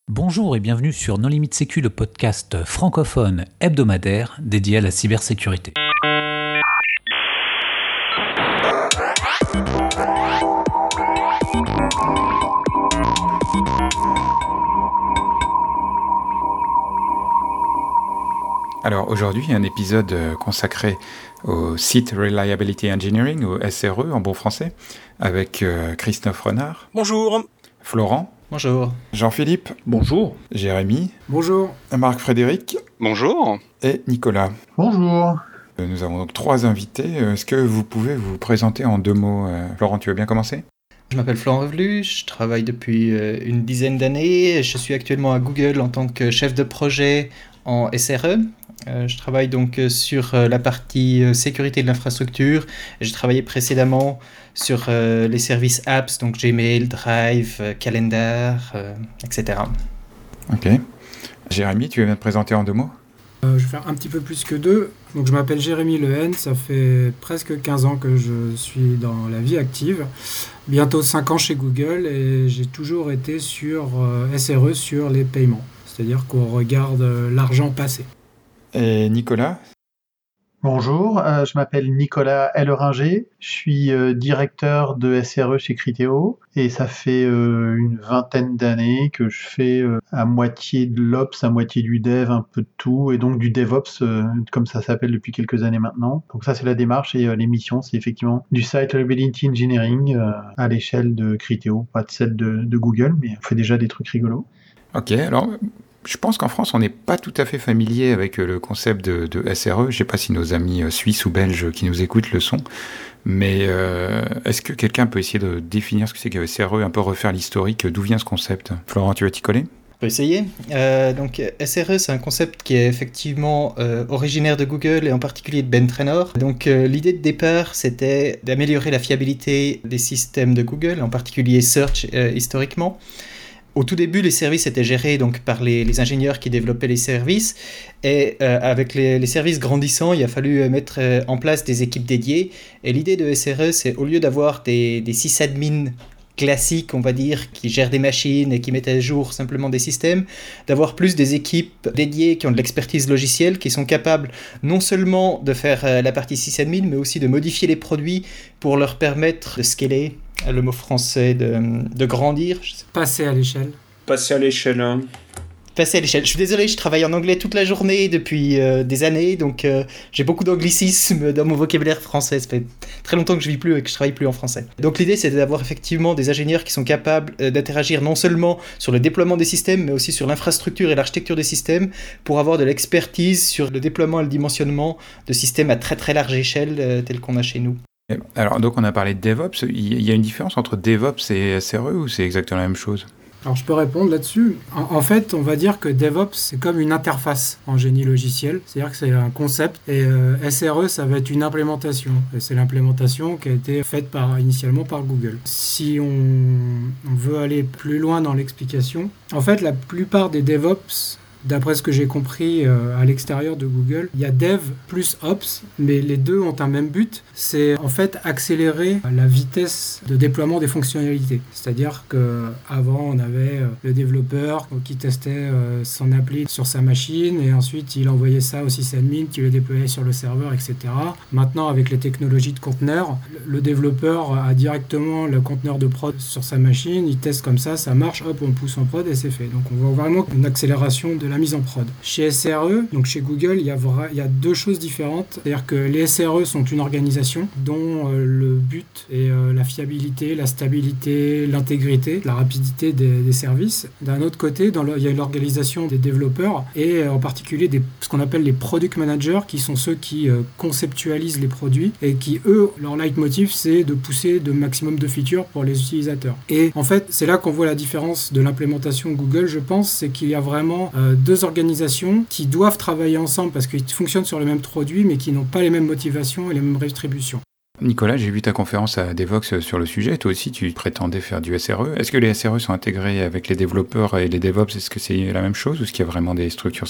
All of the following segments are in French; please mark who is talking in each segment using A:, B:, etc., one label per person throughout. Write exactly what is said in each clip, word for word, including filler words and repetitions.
A: Bonjour et bienvenue sur Non Limite Sécu, le podcast francophone hebdomadaire dédié à la cybersécurité.
B: Alors aujourd'hui, un épisode consacré au Site Reliability Engineering, ou S R E en bon français, avec Christophe Renard.
C: Bonjour.
B: Florent.
D: Bonjour.
B: Jean-Philippe.
C: Bonjour.
B: Jérémy.
E: Bonjour.
B: Marc-Frédéric.
C: Bonjour.
B: Et Nicolas.
E: Bonjour.
B: Nous avons donc trois invités. Est-ce que vous pouvez vous présenter en deux mots ? Florent, tu veux bien commencer ?
D: Je m'appelle Florent Revelu, je travaille depuis une dizaine d'années. Je suis actuellement à Google en tant que chef de projet en S R E. Euh, je travaille donc sur la partie sécurité de l'infrastructure. J'ai travaillé précédemment sur euh, les services apps, donc Gmail, Drive, euh, Calendar, euh, et cetera.
B: Ok. Jérémy, tu veux bien te présenter en deux mots ?
E: euh, Je vais faire un petit peu plus que deux. Donc, je m'appelle Jérémy Lehen, ça fait presque quinze ans que je suis dans la vie active. Bientôt cinq ans chez Google et j'ai toujours été sur euh, S R E, sur les paiements. C'est-à-dire qu'on regarde euh, l'argent passé.
B: Et Nicolas ?
F: Bonjour, euh, je m'appelle Nicolas Elleringer, je suis euh, directeur de S R E chez Criteo et ça fait euh, une vingtaine d'années que je fais euh, à moitié de l'Ops, à moitié du Dev, un peu de tout et donc du DevOps euh, comme ça s'appelle depuis quelques années maintenant. Donc ça c'est la démarche et euh, les missions c'est effectivement du Site Reliability Engineering euh, à l'échelle de Criteo, pas de celle de, de Google mais on fait déjà des trucs rigolos.
B: Ok, alors... Je pense qu'en France, on n'est pas tout à fait familier avec le concept de, de S R E. Je ne sais pas si nos amis suisses ou belges qui nous écoutent le sont. Mais euh, est-ce que quelqu'un peut essayer de définir ce que c'est que S R E, un peu refaire l'historique, d'où vient ce concept ? Florent, tu vas t'y coller ?
D: On peut essayer. Euh, donc S R E, c'est un concept qui est effectivement euh, originaire de Google et en particulier de Ben Trenor. Donc euh, l'idée de départ, c'était d'améliorer la fiabilité des systèmes de Google, en particulier Search euh, historiquement. Au tout début, les services étaient gérés donc, par les, les ingénieurs qui développaient les services. Et euh, avec les, les services grandissant, il a fallu mettre euh, en place des équipes dédiées. Et l'idée de S R E, c'est au lieu d'avoir des, des sysadmins classiques, on va dire, qui gèrent des machines et qui mettent à jour simplement des systèmes, d'avoir plus des équipes dédiées qui ont de l'expertise logicielle, qui sont capables non seulement de faire euh, la partie sysadmin, mais aussi de modifier les produits pour leur permettre de scaler. Le mot français de, de grandir.
E: Passer à l'échelle.
C: Passer à l'échelle. Hein.
D: Passer à l'échelle. Je suis désolé, je travaille en anglais toute la journée depuis euh, des années, donc euh, j'ai beaucoup d'anglicismes dans mon vocabulaire français. Ça fait très longtemps que je vis plus et que je travaille plus en français. Donc l'idée, c'est d'avoir effectivement des ingénieurs qui sont capables euh, d'interagir non seulement sur le déploiement des systèmes, mais aussi sur l'infrastructure et l'architecture des systèmes, pour avoir de l'expertise sur le déploiement et le dimensionnement de systèmes à très très large échelle, euh, tels qu'on a chez nous.
B: Alors, donc on a parlé de DevOps. Il y a une différence entre DevOps et S R E ou c'est exactement la même chose ?
E: Alors je peux répondre là-dessus. En, en fait, on va dire que DevOps, c'est comme une interface en génie logiciel. C'est-à-dire que c'est un concept et euh, S R E, ça va être une implémentation. Et c'est l'implémentation qui a été faite par, initialement par Google. Si on, on veut aller plus loin dans l'explication, en fait, la plupart des DevOps... D'après ce que j'ai compris euh, à l'extérieur de Google, il y a Dev plus Ops, mais les deux ont un même but, c'est en fait accélérer la vitesse de déploiement des fonctionnalités. C'est-à-dire qu'avant, on avait euh, le développeur qui testait euh, son appli sur sa machine et ensuite il envoyait ça au sysadmin qui le déployait sur le serveur, et cetera. Maintenant, avec les technologies de conteneurs, le développeur a directement le conteneur de prod sur sa machine, il teste comme ça, ça marche, hop, on pousse en prod et c'est fait. Donc on voit vraiment une accélération de la mise en prod. Chez S R E, donc chez Google, il y a, vra- il y a deux choses différentes. C'est-à-dire que les S R E sont une organisation dont euh, le but est euh, la fiabilité, la stabilité, l'intégrité, la rapidité des, des services. D'un autre côté, dans le, il y a l'organisation des développeurs et euh, en particulier des, ce qu'on appelle les product managers qui sont ceux qui euh, conceptualisent les produits et qui, eux, leur leitmotiv, c'est de pousser de maximum de features pour les utilisateurs. Et en fait, c'est là qu'on voit la différence de l'implémentation Google, je pense, c'est qu'il y a vraiment euh, deux organisations qui doivent travailler ensemble parce qu'ils fonctionnent sur le même produit mais qui n'ont pas les mêmes motivations et les mêmes rétributions.
B: Nicolas, j'ai vu ta conférence à Devox sur le sujet. Toi aussi, tu prétendais faire du S R E. Est-ce que les S R E sont intégrés avec les développeurs et les DevOps ? Est-ce que c'est la même chose ou est-ce qu'il y a vraiment des structures séparées ?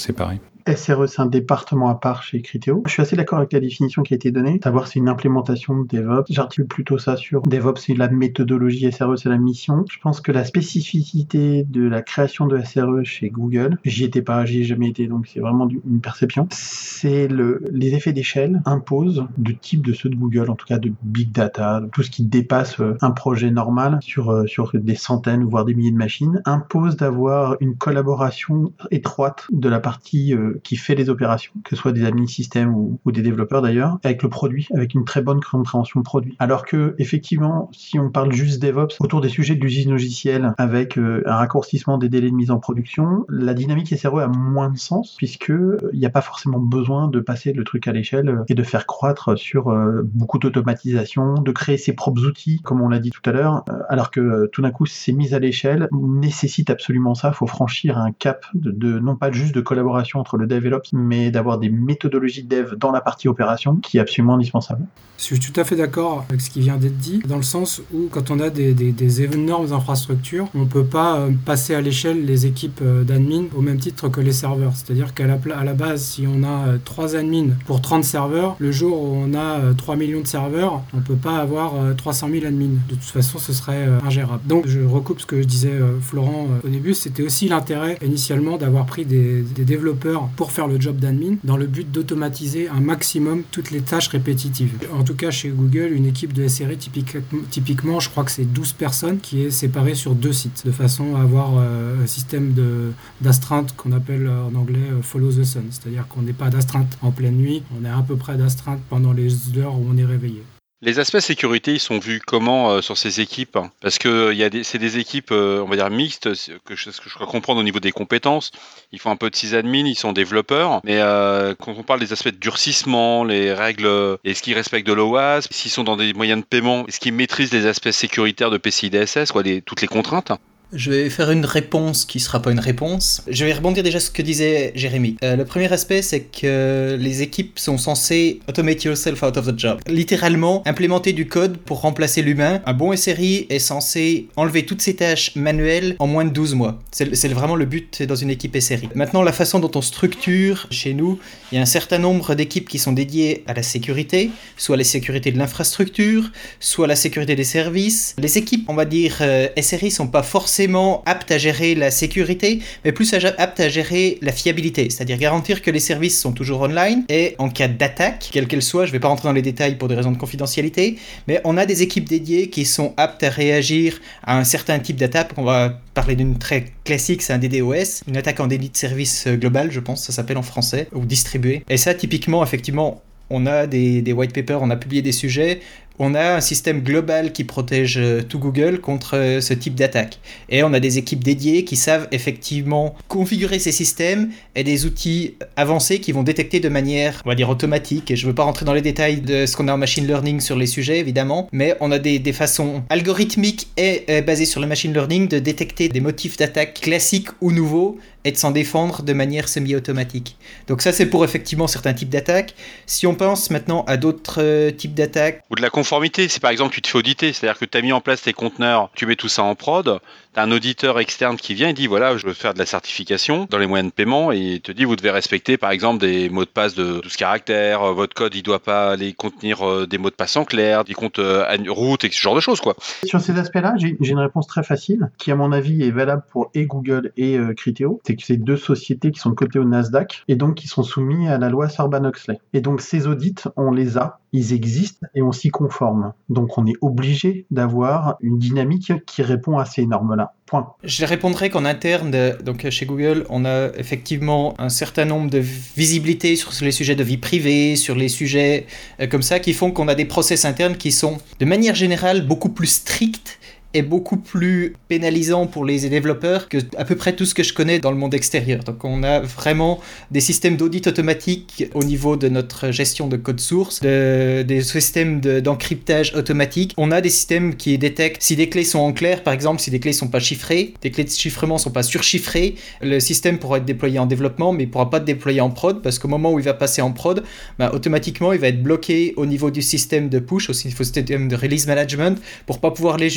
F: S R E, c'est un département à part chez Criteo. Je suis assez d'accord avec la définition qui a été donnée, savoir c'est une implémentation de DevOps. J'articule plutôt ça sur DevOps, c'est la méthodologie, S R E, c'est la mission. Je pense que la spécificité de la création de S R E chez Google, j'y étais pas, j'y ai jamais été, donc c'est vraiment une perception, c'est le, les effets d'échelle imposent de type de ceux de Google, en tout cas de big data, tout ce qui dépasse un projet normal sur, sur des centaines, voire des milliers de machines, impose d'avoir une collaboration étroite de la partie euh, qui fait les opérations, que ce soit des admin systèmes ou, ou des développeurs d'ailleurs, avec le produit, avec une très bonne compréhension produit. Alors que, effectivement, si on parle juste DevOps, autour des sujets de l'usine logicielle, avec euh, un raccourcissement des délais de mise en production, la dynamique S R E a moins de sens, puisque il euh, n'y a pas forcément besoin de passer le truc à l'échelle euh, et de faire croître sur euh, beaucoup d'automatisation, de créer ses propres outils, comme on l'a dit tout à l'heure, euh, alors que euh, tout d'un coup, ces mises à l'échelle nécessitent absolument ça. Il faut franchir un cap de, de non pas juste de collaboration entre le dev et l'ops, mais d'avoir des méthodologies de dev dans la partie opération qui est absolument indispensable.
E: Je suis tout à fait d'accord avec ce qui vient d'être dit, dans le sens où quand on a des, des, des énormes infrastructures, on ne peut pas euh, passer à l'échelle les équipes euh, d'admin au même titre que les serveurs. C'est-à-dire qu'à la, à la base, si on a euh, trois admins pour trente serveurs, le jour où on a euh, trois millions de serveurs, on ne peut pas avoir euh, trois cent mille admins. De toute façon, ce serait euh, ingérable. Donc, je recoupe ce que je disais euh, Florent euh, au début, c'était aussi l'intérêt initialement d'avoir pris des, des développeurs pour faire le job d'admin dans le but d'automatiser un maximum toutes les tâches répétitives. En tout cas, chez Google, une équipe de S R E, typique, typiquement, je crois que c'est douze personnes qui est séparée sur deux sites, de façon à avoir euh, un système de, d'astreinte qu'on appelle euh, en anglais euh, follow the sun, c'est-à-dire qu'on n'est pas d'astreinte en pleine nuit, on est à peu près d'astreinte pendant les heures où on est réveillé.
C: Les aspects sécurité, ils sont vus comment euh, sur ces équipes? Parce que y a des, c'est des équipes, euh, on va dire mixtes, que je, que je crois comprendre au niveau des compétences. Ils font un peu de sysadmin, ils sont développeurs. Mais euh, quand on parle des aspects de durcissement, les règles, est-ce qu'ils respectent de l'O A S? S'ils sont dans des moyens de paiement, est-ce qu'ils maîtrisent les aspects sécuritaires de P C I D S S, quoi, les, toutes les contraintes?
D: Je vais faire une réponse qui sera pas une réponse. Je vais rebondir déjà sur ce que disait Jérémy. Euh, le premier aspect, c'est que les équipes sont censées automate yourself out of the job. Littéralement, implémenter du code pour remplacer l'humain. Un bon S R I est censé enlever toutes ces tâches manuelles en moins de douze mois. C'est, c'est vraiment le but dans une équipe S R I. Maintenant, la façon dont on structure chez nous, il y a un certain nombre d'équipes qui sont dédiées à la sécurité, soit la sécurité de l'infrastructure, soit la sécurité des services. Les équipes, on va dire, euh, S R I sont pas forcément aptes à gérer la sécurité, mais plus aptes à gérer la fiabilité, c'est-à-dire garantir que les services sont toujours online et en cas d'attaque, quelle qu'elle soit, je ne vais pas rentrer dans les détails pour des raisons de confidentialité, mais on a des équipes dédiées qui sont aptes à réagir à un certain type d'attaque. On va parler d'une très classique, c'est un D DoS, une attaque en délit de service global, je pense, ça s'appelle en français, ou distribué. Et ça, typiquement, effectivement, on a des, des white papers, on a publié des sujets, on a un système global qui protège tout Google contre ce type d'attaque. Et on a des équipes dédiées qui savent effectivement configurer ces systèmes et des outils avancés qui vont détecter de manière, on va dire, automatique. Et je ne veux pas rentrer dans les détails de ce qu'on a en machine learning sur les sujets, évidemment, mais on a des, des façons algorithmiques et euh, basées sur le machine learning de détecter des motifs d'attaque classiques ou nouveaux et de s'en défendre de manière semi-automatique. Donc ça, c'est pour effectivement certains types d'attaques. Si on pense maintenant à d'autres euh, types d'attaques...
C: Ou de la conformité, si par exemple tu te fais auditer, c'est-à-dire que tu as mis en place tes conteneurs, tu mets tout ça en prod, tu as un auditeur externe qui vient et dit voilà, je veux faire de la certification dans les moyens de paiement et il te dit vous devez respecter par exemple des mots de passe de douze caractères, votre code il doit pas aller contenir euh, des mots de passe en clair, des comptes euh, route et ce genre de choses, quoi.
F: Sur ces aspects-là, j'ai, j'ai une réponse très facile qui à mon avis est valable pour et Google et euh, Criteo. C'est que c'est deux sociétés qui sont cotées au Nasdaq et donc qui sont soumises à la loi Sarbanes-Oxley. Et donc ces audits, on les a, ils existent et on s'y conforme. Donc on est obligé d'avoir une dynamique qui répond à ces normes-là. Point.
D: Je répondrai qu'en interne, donc chez Google, on a effectivement un certain nombre de visibilités sur les sujets de vie privée, sur les sujets euh, comme ça, qui font qu'on a des process internes qui sont, de manière générale, beaucoup plus stricts est beaucoup plus pénalisant pour les développeurs que à peu près tout ce que je connais dans le monde extérieur. Donc on a vraiment des systèmes d'audit automatique au niveau de notre gestion de code source, de, des systèmes de, d'encryptage automatique. On a des systèmes qui détectent si des clés sont en clair, par exemple, si des clés sont pas chiffrées, des clés de chiffrement sont pas surchiffrées, le système pourra être déployé en développement mais il pourra pas être déployé en prod parce qu'au moment où il va passer en prod, bah, automatiquement il va être bloqué au niveau du système de push, au niveau du système de release management pour pas pouvoir aller jusqu'à la prod.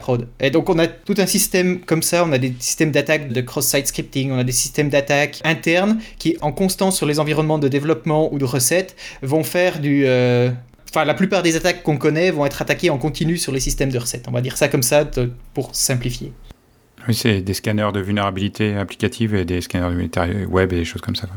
D: prod. Et donc on a tout un système comme ça, on a des systèmes d'attaque de cross-site scripting, on a des systèmes d'attaque internes qui, en constant sur les environnements de développement ou de recettes, vont faire du... Euh... Enfin, la plupart des attaques qu'on connaît vont être attaquées en continu sur les systèmes de recettes. On va dire ça comme ça de... pour simplifier.
B: Oui, c'est des scanners de vulnérabilité applicative et des scanners de vulnérabilité web et des choses comme ça, quoi.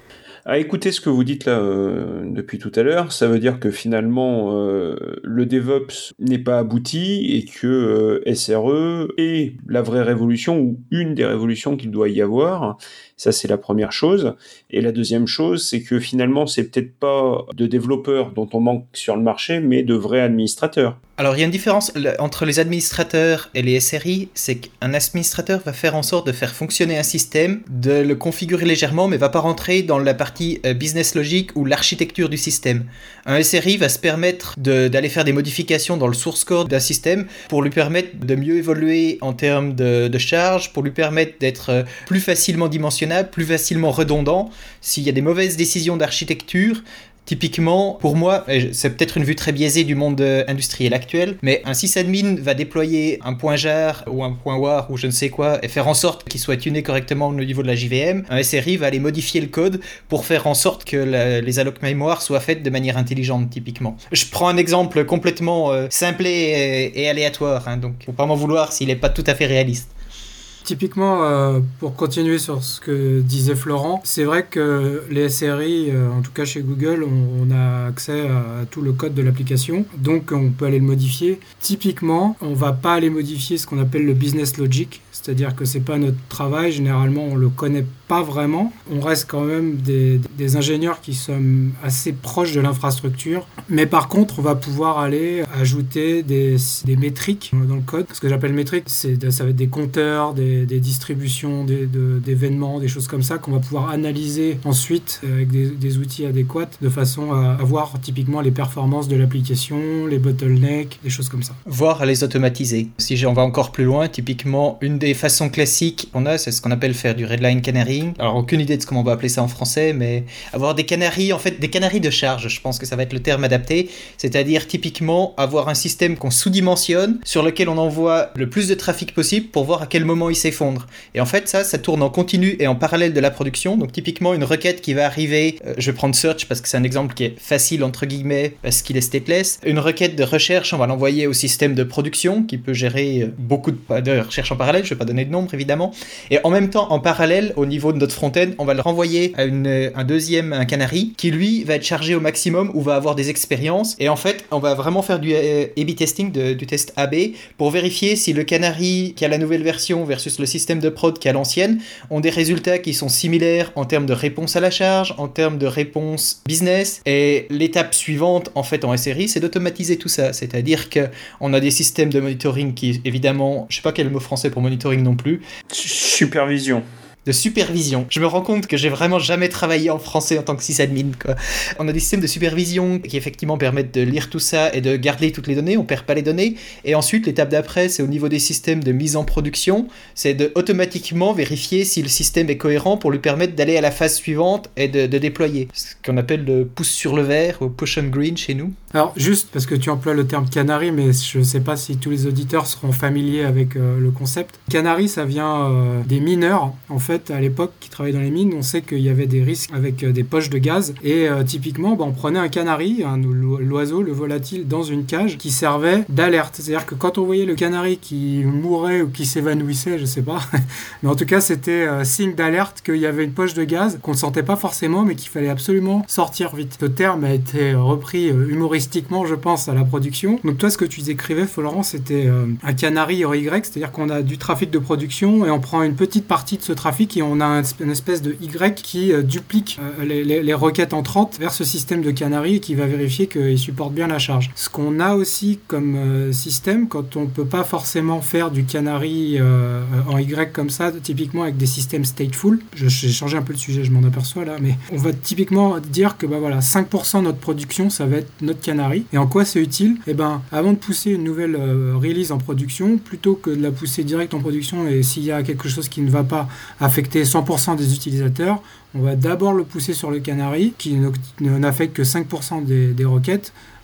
G: À écouter ce que vous dites là euh, depuis tout à l'heure, ça veut dire que finalement euh, le DevOps n'est pas abouti et que euh, S R E est la vraie révolution ou une des révolutions qu'il doit y avoir. Ça, c'est la première chose. Et la deuxième chose, c'est que finalement, c'est peut-être pas de développeurs dont on manque sur le marché, mais de vrais administrateurs.
D: Alors, il y a une différence entre les administrateurs et les S R I, c'est qu'un administrateur va faire en sorte de faire fonctionner un système, de le configurer légèrement, mais va pas rentrer dans la partie business logic ou l'architecture du système. Un S R I va se permettre de, d'aller faire des modifications dans le source code d'un système pour lui permettre de mieux évoluer en termes de, de charge, pour lui permettre d'être plus facilement dimensionnable, plus facilement redondant. S'il y a des mauvaises décisions d'architecture, typiquement, pour moi, c'est peut-être une vue très biaisée du monde industriel actuel, mais un sysadmin va déployer un point jar ou un point war ou je ne sais quoi et faire en sorte qu'il soit tuné correctement au niveau de la J V M. Un S R I va aller modifier le code pour faire en sorte que la, les allocs mémoire soient faites de manière intelligente, typiquement. Je prends un exemple complètement euh, simplé et, et aléatoire, hein, donc faut pas m'en vouloir s'il n'est pas tout à fait réaliste.
E: Typiquement, euh, pour continuer sur ce que disait Florent, c'est vrai que les S R I, euh, en tout cas chez Google, on, on a accès à, à tout le code de l'application, donc on peut aller le modifier. Typiquement, on ne va pas aller modifier ce qu'on appelle le business logic, c'est-à-dire que ce n'est pas notre travail, généralement on ne le connaît pas vraiment. On reste quand même des, des ingénieurs qui sont assez proches de l'infrastructure, mais par contre on va pouvoir aller ajouter des, des métriques dans le code. Ce que j'appelle métriques, c'est, ça va être des compteurs, des des distributions des, de, d'événements, des choses comme ça qu'on va pouvoir analyser ensuite avec des, des outils adéquats de façon à avoir typiquement les performances de l'application, les bottlenecks, des choses comme ça.
D: Voire à les automatiser. Si on va encore plus loin, typiquement, une des façons classiques qu'on a, c'est ce qu'on appelle faire du redline canarying. Alors, aucune idée de ce comment on va appeler ça en français, mais avoir des canaries, en fait, des canaries de charge, je pense que ça va être le terme adapté, c'est-à-dire typiquement avoir un système qu'on sous-dimensionne, sur lequel on envoie le plus de trafic possible pour voir à quel moment il s'est s'effondre. Et en fait, ça, ça tourne en continu et en parallèle de la production. Donc, typiquement, une requête qui va arriver, euh, je vais prendre search parce que c'est un exemple qui est facile, entre guillemets, parce qu'il est stateless. Une requête de recherche, on va l'envoyer au système de production qui peut gérer euh, beaucoup de, de recherches en parallèle. Je ne vais pas donner de nombre, évidemment. Et en même temps, en parallèle, au niveau de notre front-end, on va le renvoyer à une, un deuxième, un canary, qui lui va être chargé au maximum ou va avoir des expériences. Et en fait, on va vraiment faire du euh, A B testing, de, du test A B, pour vérifier si le canary qui a la nouvelle version versus le système de prod qui a l'ancienne ont des résultats qui sont similaires en termes de réponse à la charge, en termes de réponse business. Et l'étape suivante, en fait, en S R I, c'est d'automatiser tout ça. C'est-à-dire qu'on a des systèmes de monitoring qui, évidemment, je sais pas quel est le mot français pour monitoring non plus.
G: Supervision.
D: De supervision. Je me rends compte que j'ai vraiment jamais travaillé en français en tant que sysadmin, quoi. On a des systèmes de supervision qui effectivement permettent de lire tout ça et de garder toutes les données, on perd pas les données. Et ensuite, l'étape d'après, c'est au niveau des systèmes de mise en production, c'est de automatiquement vérifier si le système est cohérent pour lui permettre d'aller à la phase suivante et de, de déployer. Ce qu'on appelle le pouce sur le vert ou push on green chez nous.
E: Alors, juste parce que tu emploies le terme canary, mais je sais pas si tous les auditeurs seront familiers avec euh, le concept. Canary, ça vient euh, des mineurs, en fait. À l'époque, qui travaillaient dans les mines, on sait qu'il y avait des risques avec euh, des poches de gaz. Et euh, typiquement, bah, on prenait un canari, hein, l'oiseau, le volatile, dans une cage qui servait d'alerte. C'est-à-dire que quand on voyait le canari qui mourait ou qui s'évanouissait, je sais pas, mais en tout cas, c'était euh, signe d'alerte qu'il y avait une poche de gaz qu'on ne sentait pas forcément, mais qu'il fallait absolument sortir vite. Ce terme a été repris euh, humoristiquement, je pense, à la production. Donc toi, ce que tu décrivais, Florent, c'était euh, un canari hors Y, c'est-à-dire qu'on a du trafic de production et on prend une petite partie de ce trafic et on a un, une espèce de Y qui euh, duplique euh, les, les, les requêtes entrantes vers ce système de canary et qui va vérifier qu'il supporte bien la charge. Ce qu'on a aussi comme euh, système, quand on ne peut pas forcément faire du canary euh, en Y comme ça, typiquement avec des systèmes stateful, je, j'ai changé un peu le sujet, je m'en aperçois là, mais on va typiquement dire que bah, voilà, cinq pour cent de notre production, ça va être notre canary. Et en quoi c'est utile ? Eh ben, avant de pousser une nouvelle euh, release en production, plutôt que de la pousser direct en production et s'il y a quelque chose qui ne va pas affecter cent pour cent des utilisateurs, on va d'abord le pousser sur le canary qui ne, n'affecte que cinq pour cent des, des requêtes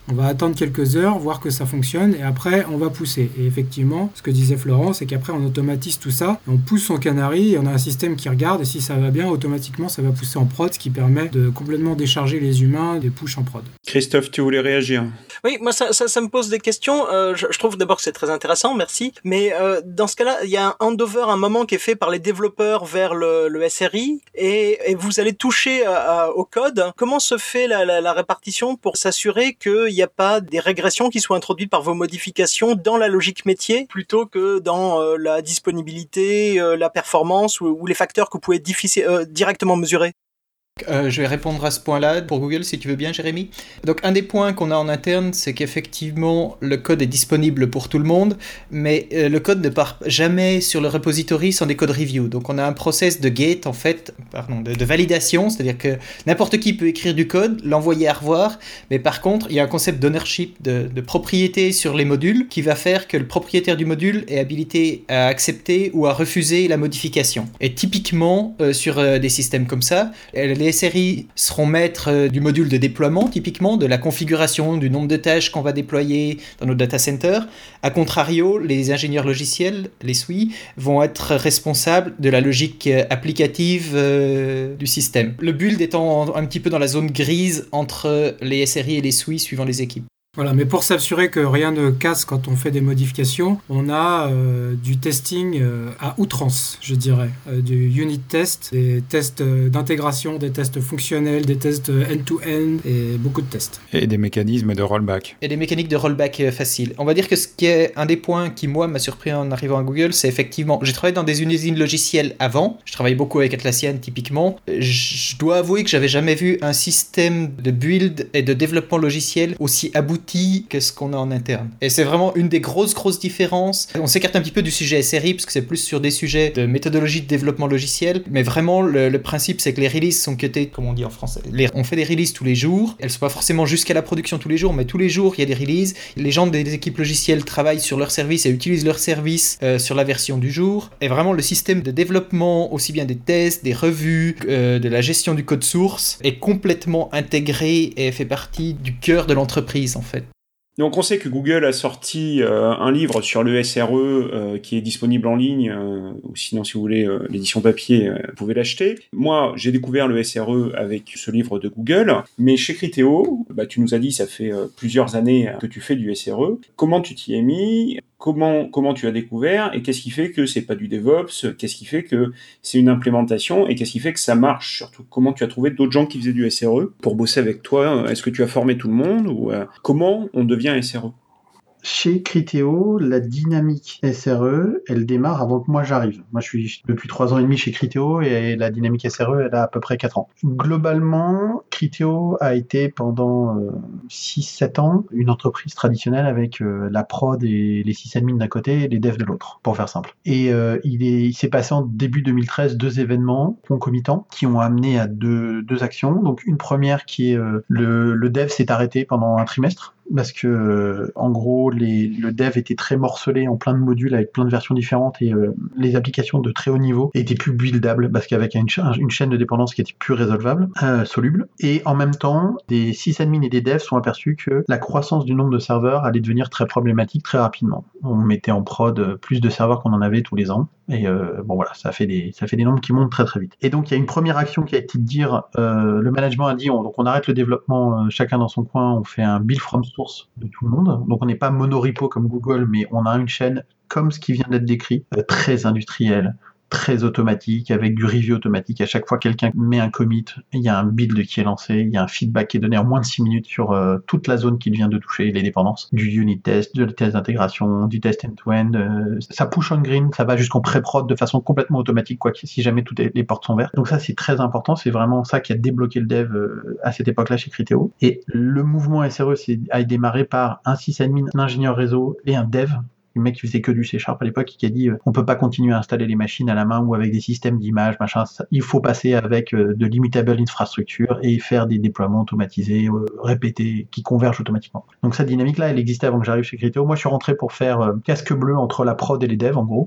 E: On va attendre quelques heures, voir que ça fonctionne, et après, on va pousser. Et effectivement, ce que disait Florent, c'est qu'après, on automatise tout ça, on pousse son canary, et on a un système qui regarde, et si ça va bien, automatiquement, ça va pousser en prod, ce qui permet de complètement décharger les humains des push en prod.
G: Christophe, tu voulais réagir ?
H: Oui, moi, ça, ça, ça me pose des questions. Euh, je, je trouve d'abord que c'est très intéressant, merci. Mais euh, dans ce cas-là, il y a un handover, un moment qui est fait par les développeurs vers le, le S R I, et, et vous allez toucher à, à, au code. Comment se fait la, la, la répartition pour s'assurer qu'il n'y a pas des régressions qui soient introduites par vos modifications dans la logique métier, plutôt que dans euh, la disponibilité, euh, la performance ou, ou les facteurs que vous pouvez difficile, euh, directement mesurer?
D: Euh, je vais répondre à ce point-là pour Google, si tu veux bien, Jérémy. Donc, un des points qu'on a en interne, c'est qu'effectivement, le code est disponible pour tout le monde, mais euh, le code ne part jamais sur le repository sans des code review. Donc, on a un process de gate, en fait, pardon, de, de validation, c'est-à-dire que n'importe qui peut écrire du code, l'envoyer à revoir, mais par contre, il y a un concept d'ownership, de, de propriété sur les modules, qui va faire que le propriétaire du module est habilité à accepter ou à refuser la modification. Et typiquement, euh, sur euh, des systèmes comme ça, les S R I seront maîtres euh, du module de déploiement, typiquement, de la configuration, du nombre de tâches qu'on va déployer dans nos data centers. A contrario, les ingénieurs logiciels, les S W I, vont être responsables de la logique euh, applicative euh, du système. Le build étant un petit peu dans la zone grise entre les S R I et les S W I suivant les équipes.
E: Voilà, mais pour s'assurer que rien ne casse quand on fait des modifications, on a euh, du testing euh, à outrance, je dirais. Euh, du unit test, des tests euh, d'intégration, des tests fonctionnels, des tests euh, end-to-end et beaucoup de tests.
B: Et des mécanismes de rollback.
D: Et des mécaniques de rollback euh, faciles. On va dire que ce qui est un des points qui, moi, m'a surpris en arrivant à Google, c'est effectivement... J'ai travaillé dans des usines logicielles avant. Je travaillais beaucoup avec Atlassian, typiquement. Je dois avouer que j'avais jamais vu un système de build et de développement logiciel aussi abouti que ce qu'on a en interne. Et c'est vraiment une des grosses, grosses différences. On s'écarte un petit peu du sujet S R I, parce que c'est plus sur des sujets de méthodologie de développement logiciel, mais vraiment, le, le principe, c'est que les releases sont cutées, comme on dit en français. Les, on fait des releases tous les jours. Elles ne sont pas forcément jusqu'à la production tous les jours, mais tous les jours, il y a des releases. Les gens des équipes logicielles travaillent sur leur service et utilisent leur service euh, sur la version du jour. Et vraiment, le système de développement, aussi bien des tests, des revues, euh, de la gestion du code source, est complètement intégré et fait partie du cœur de l'entreprise, en fait.
G: Donc on sait que Google a sorti euh, un livre sur le S R E euh, qui est disponible en ligne, euh, ou sinon si vous voulez euh, l'édition papier, euh, vous pouvez l'acheter. Moi j'ai découvert le S R E avec ce livre de Google, mais chez Criteo, bah, tu nous as dit ça fait euh, plusieurs années que tu fais du S R E. Comment tu t'y es mis ? Comment, comment tu as découvert et qu'est-ce qui fait que c'est pas du DevOps? Qu'est-ce qui fait que c'est une implémentation et qu'est-ce qui fait que ça marche? Surtout, comment tu as trouvé d'autres gens qui faisaient du S R E pour bosser avec toi? Est-ce que tu as formé tout le monde ou euh, comment on devient S R E?
F: Chez Criteo, la dynamique S R E, elle démarre avant que moi j'arrive. Moi, je suis depuis trois ans et demi chez Criteo et la dynamique S R E, elle a à peu près quatre ans. Globalement, Criteo a été pendant euh, six sept ans une entreprise traditionnelle avec euh, la prod et les sysadmins d'un côté et les devs de l'autre, pour faire simple. Et euh, il, est, il s'est passé en début deux mille treize deux événements concomitants qui ont amené à deux, deux actions. Donc une première qui est euh, le, le dev s'est arrêté pendant un trimestre. Parce que, euh, en gros, les, le dev était très morcelé en plein de modules avec plein de versions différentes et euh, les applications de très haut niveau étaient plus buildables parce qu'avec une, cha- une chaîne de dépendance qui était plus résolvable, euh, soluble. Et en même temps, des sysadmins et des devs sont aperçus que la croissance du nombre de serveurs allait devenir très problématique très rapidement. On mettait en prod plus de serveurs qu'on en avait tous les ans. Et euh, bon voilà, ça fait des ça fait des nombres qui montent très très vite. Et donc il y a une première action qui a été de dire, euh, le management a dit, on, donc on arrête le développement, euh, chacun dans son coin, on fait un build from source de tout le monde. Donc on n'est pas monorepo comme Google, mais on a une chaîne comme ce qui vient d'être décrit, euh, très industrielle, très automatique, avec du review automatique. À chaque fois quelqu'un met un commit, il y a un build qui est lancé, il y a un feedback qui est donné en moins de six minutes sur euh, toute la zone qu'il vient de toucher, les dépendances, du unit test, du test d'intégration, du test end-to-end. Euh, ça push on green, ça va jusqu'en pré-prod de façon complètement automatique, quoi, si jamais toutes les portes sont vertes. Donc ça, c'est très important. C'est vraiment ça qui a débloqué le dev euh, à cette époque-là chez Criteo. Et le mouvement S R E c'est, a démarré par un sysadmin, un ingénieur réseau et un dev. Le mec qui faisait que du C Sharp à l'époque, qui a dit euh, on peut pas continuer à installer les machines à la main ou avec des systèmes d'image, machin. Ça, il faut passer avec euh, de l'immutable infrastructure et faire des déploiements automatisés, euh, répétés, qui convergent automatiquement. Donc cette dynamique-là, elle existait avant que j'arrive chez Criteo. Moi, je suis rentré pour faire euh, casque bleu entre la prod et les devs, en gros.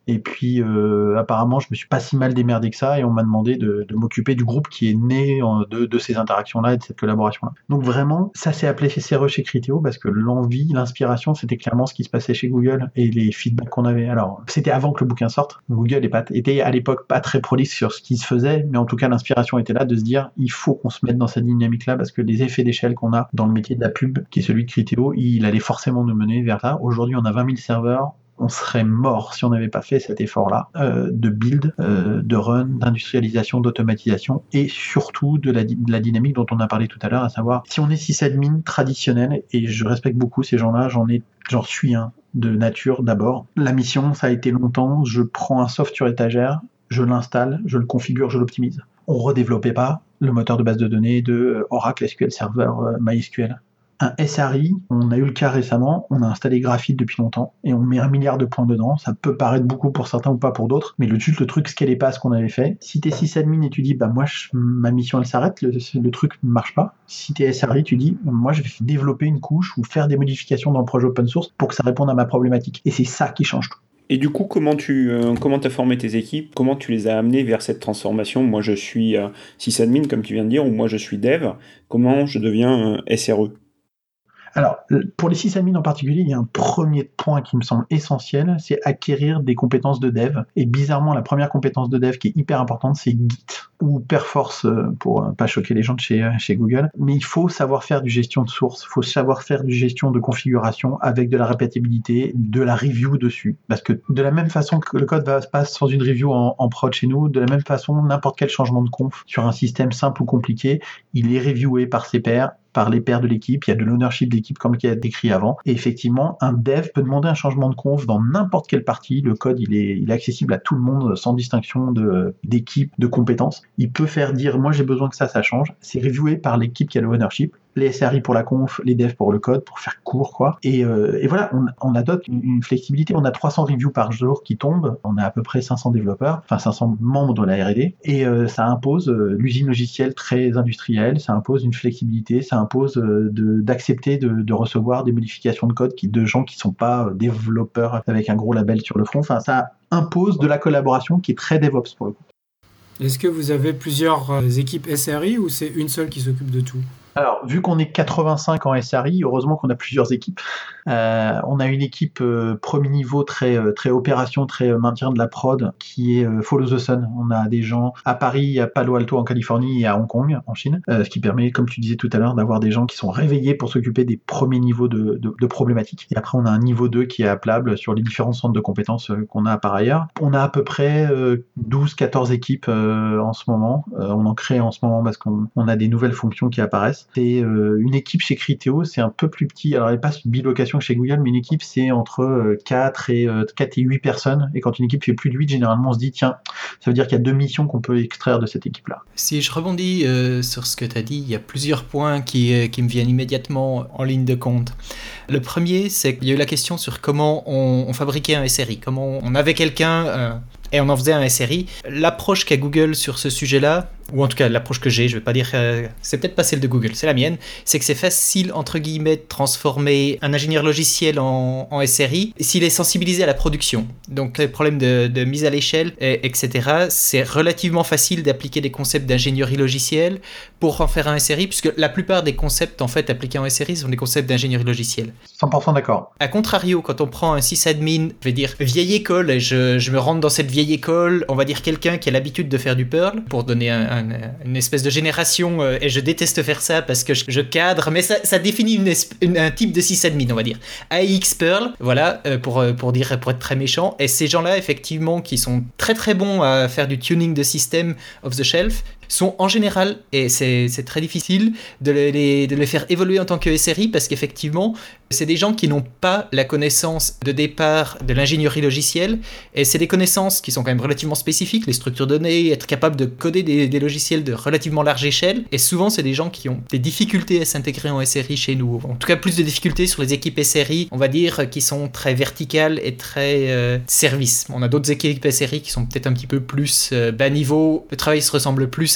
F: Et puis, euh, apparemment, je me suis pas si mal démerdé que ça, et on m'a demandé de, de m'occuper du groupe qui est né en, de, de ces interactions-là et de cette collaboration-là. Donc vraiment, ça s'est appelé S R E chez Criteo parce que l'envie, l'inspiration, c'était clairement ce qui se passait chez Google et les feedbacks qu'on avait. Alors, c'était avant que le bouquin sorte. Google est pas, était à l'époque pas très prolixe sur ce qui se faisait, mais en tout cas, l'inspiration était là de se dire, il faut qu'on se mette dans cette dynamique-là parce que les effets d'échelle qu'on a dans le métier de la pub, qui est celui de Criteo, il allait forcément nous mener vers ça. Aujourd'hui, on a vingt mille serveurs. On serait mort si on n'avait pas fait cet effort-là euh, de build, euh, de run, d'industrialisation, d'automatisation et surtout de la, de la dynamique dont on a parlé tout à l'heure, à savoir si on est sysadmin traditionnel, et je respecte beaucoup ces gens-là, j'en ai, j'en suis un de nature d'abord. La mission, ça a été longtemps, je prends un soft sur étagère, je l'installe, je le configure, je l'optimise. On redéveloppait pas le moteur de base de données de Oracle S Q L Server euh, MySQL. Un S R I, on a eu le cas récemment, on a installé Graphite depuis longtemps, et on met un milliard de points dedans, ça peut paraître beaucoup pour certains ou pas pour d'autres, mais le, juste le truc scalait pas ce qu'on avait fait. Si t'es sysadmin et tu dis, bah moi, je, ma mission elle s'arrête, le, le truc ne marche pas. Si t'es S R I, tu dis, moi je vais développer une couche ou faire des modifications dans le projet open source pour que ça réponde à ma problématique. Et c'est ça qui change tout.
G: Et du coup, comment tu euh, comment t'as formé tes équipes? Comment tu les as amenées vers cette transformation? Moi, je suis euh, sysadmin, comme tu viens de dire, ou moi, je suis dev. Comment je deviens euh, S R E?
F: Alors, pour les sysadmins en particulier, il y a un premier point qui me semble essentiel, c'est acquérir des compétences de dev. Et bizarrement, la première compétence de dev qui est hyper importante, c'est Git ou Perforce, pour pas choquer les gens de chez, chez Google. Mais il faut savoir faire du gestion de source, il faut savoir faire du gestion de configuration avec de la répétibilité, de la review dessus. Parce que de la même façon que le code va se passer sans une review en, en prod chez nous, de la même façon, n'importe quel changement de conf sur un système simple ou compliqué, il est reviewé par ses pairs, par les pairs de l'équipe, il y a de l'ownership d'équipe comme qui a été décrit avant, et effectivement, un dev peut demander un changement de conf dans n'importe quelle partie, le code il est, il est accessible à tout le monde sans distinction de, d'équipe, de compétences, il peut faire dire, moi j'ai besoin que ça, ça change, c'est reviewé par l'équipe qui a l'ownership, les S R I pour la conf, les devs pour le code, pour faire court, quoi. Et, euh, et voilà, on, on adopte une, une flexibilité. On a trois cents reviews par jour qui tombent. On a à peu près cinq cents développeurs, enfin cinq cents membres de la R et D. Et euh, ça impose euh, l'usine logicielle très industrielle, ça impose une flexibilité, ça impose euh, de, d'accepter de, de recevoir des modifications de code qui, de gens qui sont pas euh, développeurs avec un gros label sur le front. Enfin, ça impose de la collaboration qui est très DevOps pour le coup.
E: Est-ce que vous avez plusieurs euh, équipes S R I ou c'est une seule qui s'occupe de tout ?
F: Alors, vu qu'on est quatre-vingt-cinq en S R I, heureusement qu'on a plusieurs équipes. Euh, on a une équipe euh, premier niveau très euh, très opération, très euh, maintien de la prod, qui est euh, Follow the Sun. On a des gens à Paris, à Palo Alto en Californie et à Hong Kong en Chine, euh, ce qui permet, comme tu disais tout à l'heure, d'avoir des gens qui sont réveillés pour s'occuper des premiers niveaux de, de, de problématiques. Et après, on a un niveau deux qui est appelable sur les différents centres de compétences euh, qu'on a par ailleurs. On a à peu près euh, douze quatorze équipes euh, en ce moment. Euh, on en crée en ce moment parce qu'on on a des nouvelles fonctions qui apparaissent. C'est euh, une équipe chez Criteo, c'est un peu plus petit. Alors, elle n'est pas bilocation que chez Google, mais une équipe, c'est entre euh, quatre et huit personnes. Et quand une équipe fait plus de huit, généralement, on se dit, tiens, ça veut dire qu'il y a deux missions qu'on peut extraire de cette équipe-là.
D: Si je rebondis euh, sur ce que tu as dit, il y a plusieurs points qui, euh, qui me viennent immédiatement en ligne de compte. Le premier, c'est qu'il y a eu la question sur comment on, on fabriquait un S R I, comment on avait quelqu'un... Euh, et on en faisait un S R I. L'approche qu'a Google sur ce sujet-là, ou en tout cas l'approche que j'ai, je vais pas dire, euh, c'est peut-être pas celle de Google, c'est la mienne, c'est que c'est facile, entre guillemets, de transformer un ingénieur logiciel en, en S R I s'il est sensibilisé à la production. Donc les problèmes de, de mise à l'échelle, et, etc., c'est relativement facile d'appliquer des concepts d'ingénierie logicielle pour en faire un S R I, puisque la plupart des concepts, en fait, appliqués en S R I sont des concepts d'ingénierie logicielle.
F: cent pour cent d'accord.
D: A contrario, quand on prend un sysadmin, je vais dire vieille école, et je, je me rentre dans cette vieille école, on va dire quelqu'un qui a l'habitude de faire du Perl, pour donner un, un, une espèce de génération, euh, et je déteste faire ça parce que je, je cadre, mais ça, ça définit une esp- une, un type de sysadmin, on va dire. A X Perl, voilà, euh, pour, pour, dire, pour être très méchant, et ces gens-là, effectivement, qui sont très très bons à faire du tuning de système off the shelf, sont en général, et c'est, c'est très difficile, de les, de les faire évoluer en tant que S R I, parce qu'effectivement, c'est des gens qui n'ont pas la connaissance de départ de l'ingénierie logicielle, et c'est des connaissances qui sont quand même relativement spécifiques, les structures de données, être capable de coder des, des logiciels de relativement large échelle, et souvent c'est des gens qui ont des difficultés à s'intégrer en S R I chez nous, en tout cas plus de difficultés sur les équipes S R I, on va dire, qui sont très verticales et très euh, service. On a d'autres équipes S R I qui sont peut-être un petit peu plus euh, bas niveau, le travail se ressemble plus,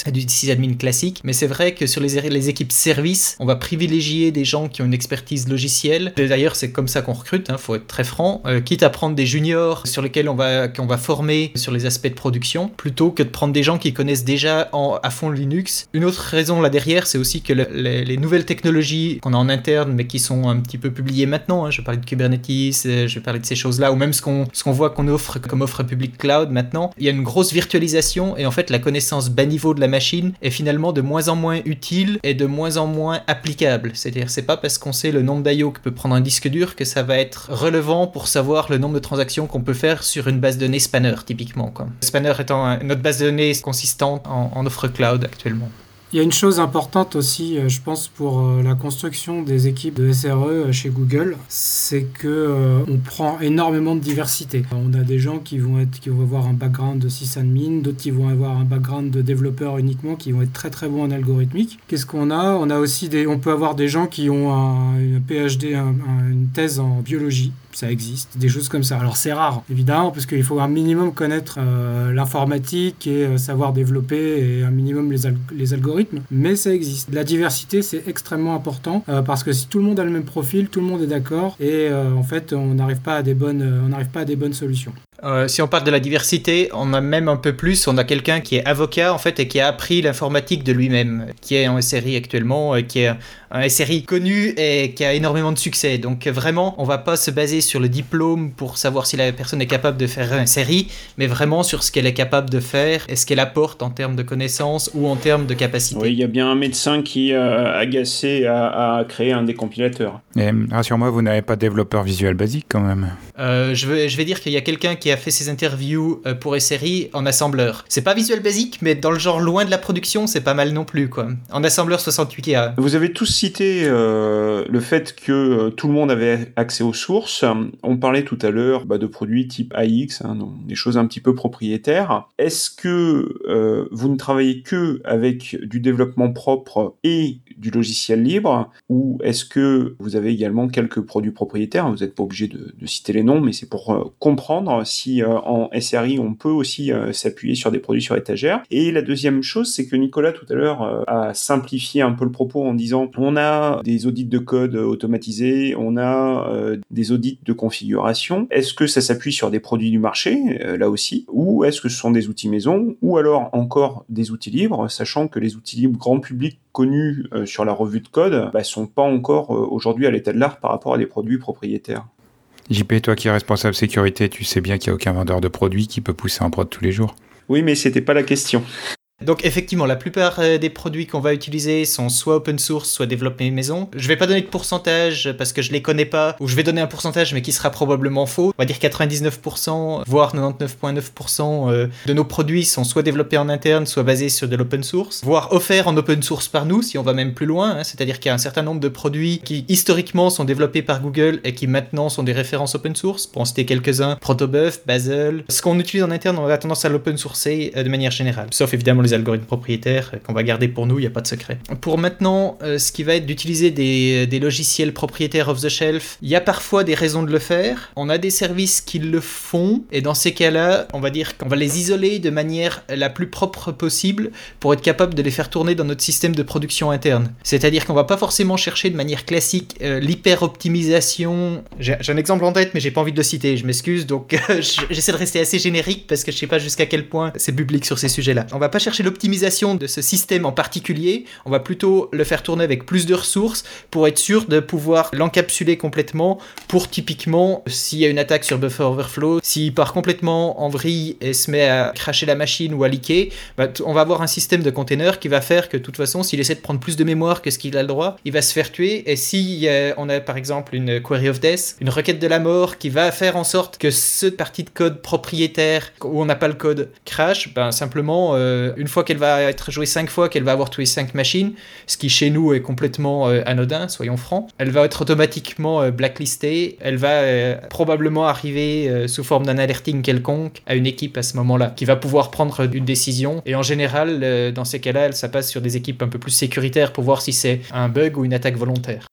D: du sysadmin classique. Mais c'est vrai que sur les, les équipes service, on va privilégier des gens qui ont une expertise logicielle. Et d'ailleurs, c'est comme ça qu'on recrute, hein, faut être très franc. Euh, quitte à prendre des juniors sur lesquels on va, qu'on va former sur les aspects de production, plutôt que de prendre des gens qui connaissent déjà en, à fond le Linux. Une autre raison là derrière, c'est aussi que le, les, les nouvelles technologies qu'on a en interne, mais qui sont un petit peu publiées maintenant, hein, je vais parler de Kubernetes, je vais parler de ces choses-là, ou même ce qu'on, ce qu'on voit qu'on offre comme offre public cloud maintenant, il y a une grosse virtualisation et en fait la connaissance bas niveau de la machine est finalement de moins en moins utile et de moins en moins applicable. C'est-à-dire c'est pas parce qu'on sait le nombre d'I O que peut prendre un disque dur que ça va être relevant pour savoir le nombre de transactions qu'on peut faire sur une base de données Spanner typiquement, quoi. Spanner étant un, notre base de données consistante en, en offre cloud actuellement.
E: Il y a une chose importante aussi, je pense, pour la construction des équipes de S R E chez Google, c'est que euh, on prend énormément de diversité. On a des gens qui vont être, qui vont avoir un background de sysadmin, d'autres qui vont avoir un background de développeur uniquement, qui vont être très très bons en algorithmique. Qu'est-ce qu'on a ? On a aussi des, on peut avoir des gens qui ont un, une P H D, un, un, une thèse en biologie. Ça existe, des choses comme ça. Alors c'est rare, évidemment, parce qu'il faut un minimum connaître euh, l'informatique et euh, savoir développer et un minimum les, al- les algorithmes, mais ça existe. La diversité, c'est extrêmement important, euh, parce que si tout le monde a le même profil, tout le monde est d'accord, et euh, en fait, on n'arrive pas à des bonnes, euh, on n'arrive pas à des bonnes solutions.
D: Euh, si on parle de la diversité, on a même un peu plus, on a quelqu'un qui est avocat en fait et qui a appris l'informatique de lui-même, qui est en S R I actuellement, euh, qui est un S R I connu et qui a énormément de succès. Donc vraiment, on va pas se baser sur le diplôme pour savoir si la personne est capable de faire un S R I, mais vraiment sur ce qu'elle est capable de faire et ce qu'elle apporte en termes de connaissances ou en termes de capacité.
G: Oui, il y a bien un médecin qui a agacé à, à créer un décompilateur.
B: Et rassure-moi, vous n'avez pas de développeur Visual Basic quand même.
D: Euh, je, vais, je vais dire qu'il y a quelqu'un qui a fait ses interviews pour S R I en assembleur. C'est pas Visual Basic, mais dans le genre loin de la production, c'est pas mal non plus, quoi. En assembleur soixante-huit K.
G: Vous avez tous cité euh, le fait que euh, tout le monde avait accès aux sources. On parlait tout à l'heure bah, de produits type A X, hein, donc des choses un petit peu propriétaires. Est-ce que euh, vous ne travaillez que avec du développement propre et du logiciel libre, ou est-ce que vous avez également quelques produits propriétaires ? Vous n'êtes pas obligé de, de citer les noms, mais c'est pour euh, comprendre si euh, en S R I on peut aussi euh, s'appuyer sur des produits sur étagère. Et la deuxième chose, c'est que Nicolas tout à l'heure euh, a simplifié un peu le propos en disant on a des audits de code automatisés, on a euh, des audits de configuration. Est-ce que ça s'appuie sur des produits du marché, euh, là aussi, ou est-ce que ce sont des outils maison, ou alors encore des outils libres, sachant que les outils libres grand public connus euh, sur la revue de code bah, sont pas encore euh, aujourd'hui à l'état de l'art par rapport à des produits propriétaires.
B: J P, toi qui es responsable sécurité, tu sais bien qu'il n'y a aucun vendeur de produits qui peut pousser en prod tous les jours.
G: Oui, mais c'était pas la question.
D: Donc effectivement, la plupart des produits qu'on va utiliser sont soit open source, soit développés maison. Je vais pas donner de pourcentage parce que je les connais pas, ou je vais donner un pourcentage mais qui sera probablement faux. On va dire quatre-vingt-dix-neuf pour cent, voire quatre-vingt-dix-neuf virgule neuf pour cent de nos produits sont soit développés en interne, soit basés sur de l'open source, voire offerts en open source par nous si on va même plus loin, hein. C'est-à-dire qu'il y a un certain nombre de produits qui historiquement sont développés par Google et qui maintenant sont des références open source. Pour en citer quelques-uns, Protobuf, Bazel. Ce qu'on utilise en interne, on a tendance à l'open sourcer de manière générale, sauf évidemment les algorithmes propriétaires qu'on va garder pour nous, il n'y a pas de secret. Pour maintenant, euh, ce qui va être d'utiliser des, des logiciels propriétaires off-the-shelf, il y a parfois des raisons de le faire. On a des services qui le font, et dans ces cas-là, on va dire qu'on va les isoler de manière la plus propre possible pour être capable de les faire tourner dans notre système de production interne. C'est-à-dire qu'on va pas forcément chercher de manière classique euh, l'hyper-optimisation. J'ai, j'ai un exemple en tête, mais j'ai pas envie de le citer, je m'excuse, donc euh, j'essaie de rester assez générique parce que je sais pas jusqu'à quel point c'est public sur ces sujets-là. On va pas chercher l'optimisation de ce système en particulier, on va plutôt le faire tourner avec plus de ressources pour être sûr de pouvoir l'encapsuler complètement pour typiquement, s'il y a une attaque sur buffer overflow, s'il part complètement en vrille et se met à cracher la machine ou à leaker, bah, on va avoir un système de containers qui va faire que de toute façon, s'il essaie de prendre plus de mémoire que ce qu'il a le droit, il va se faire tuer. Et si euh, on a par exemple une query of death, une requête de la mort qui va faire en sorte que cette partie de code propriétaire où on n'a pas le code crash, ben simplement euh, une fois qu'elle va être jouée cinq fois, qu'elle va avoir tué cinq machines, ce qui chez nous est complètement euh, anodin, soyons francs. Elle va être automatiquement euh, blacklistée, elle va euh, probablement arriver euh, sous forme d'un alerting quelconque à une équipe à ce moment-là, qui va pouvoir prendre une décision. Et en général, euh, dans ces cas-là, ça passe sur des équipes un peu plus sécuritaires pour voir si c'est un bug ou une attaque volontaire.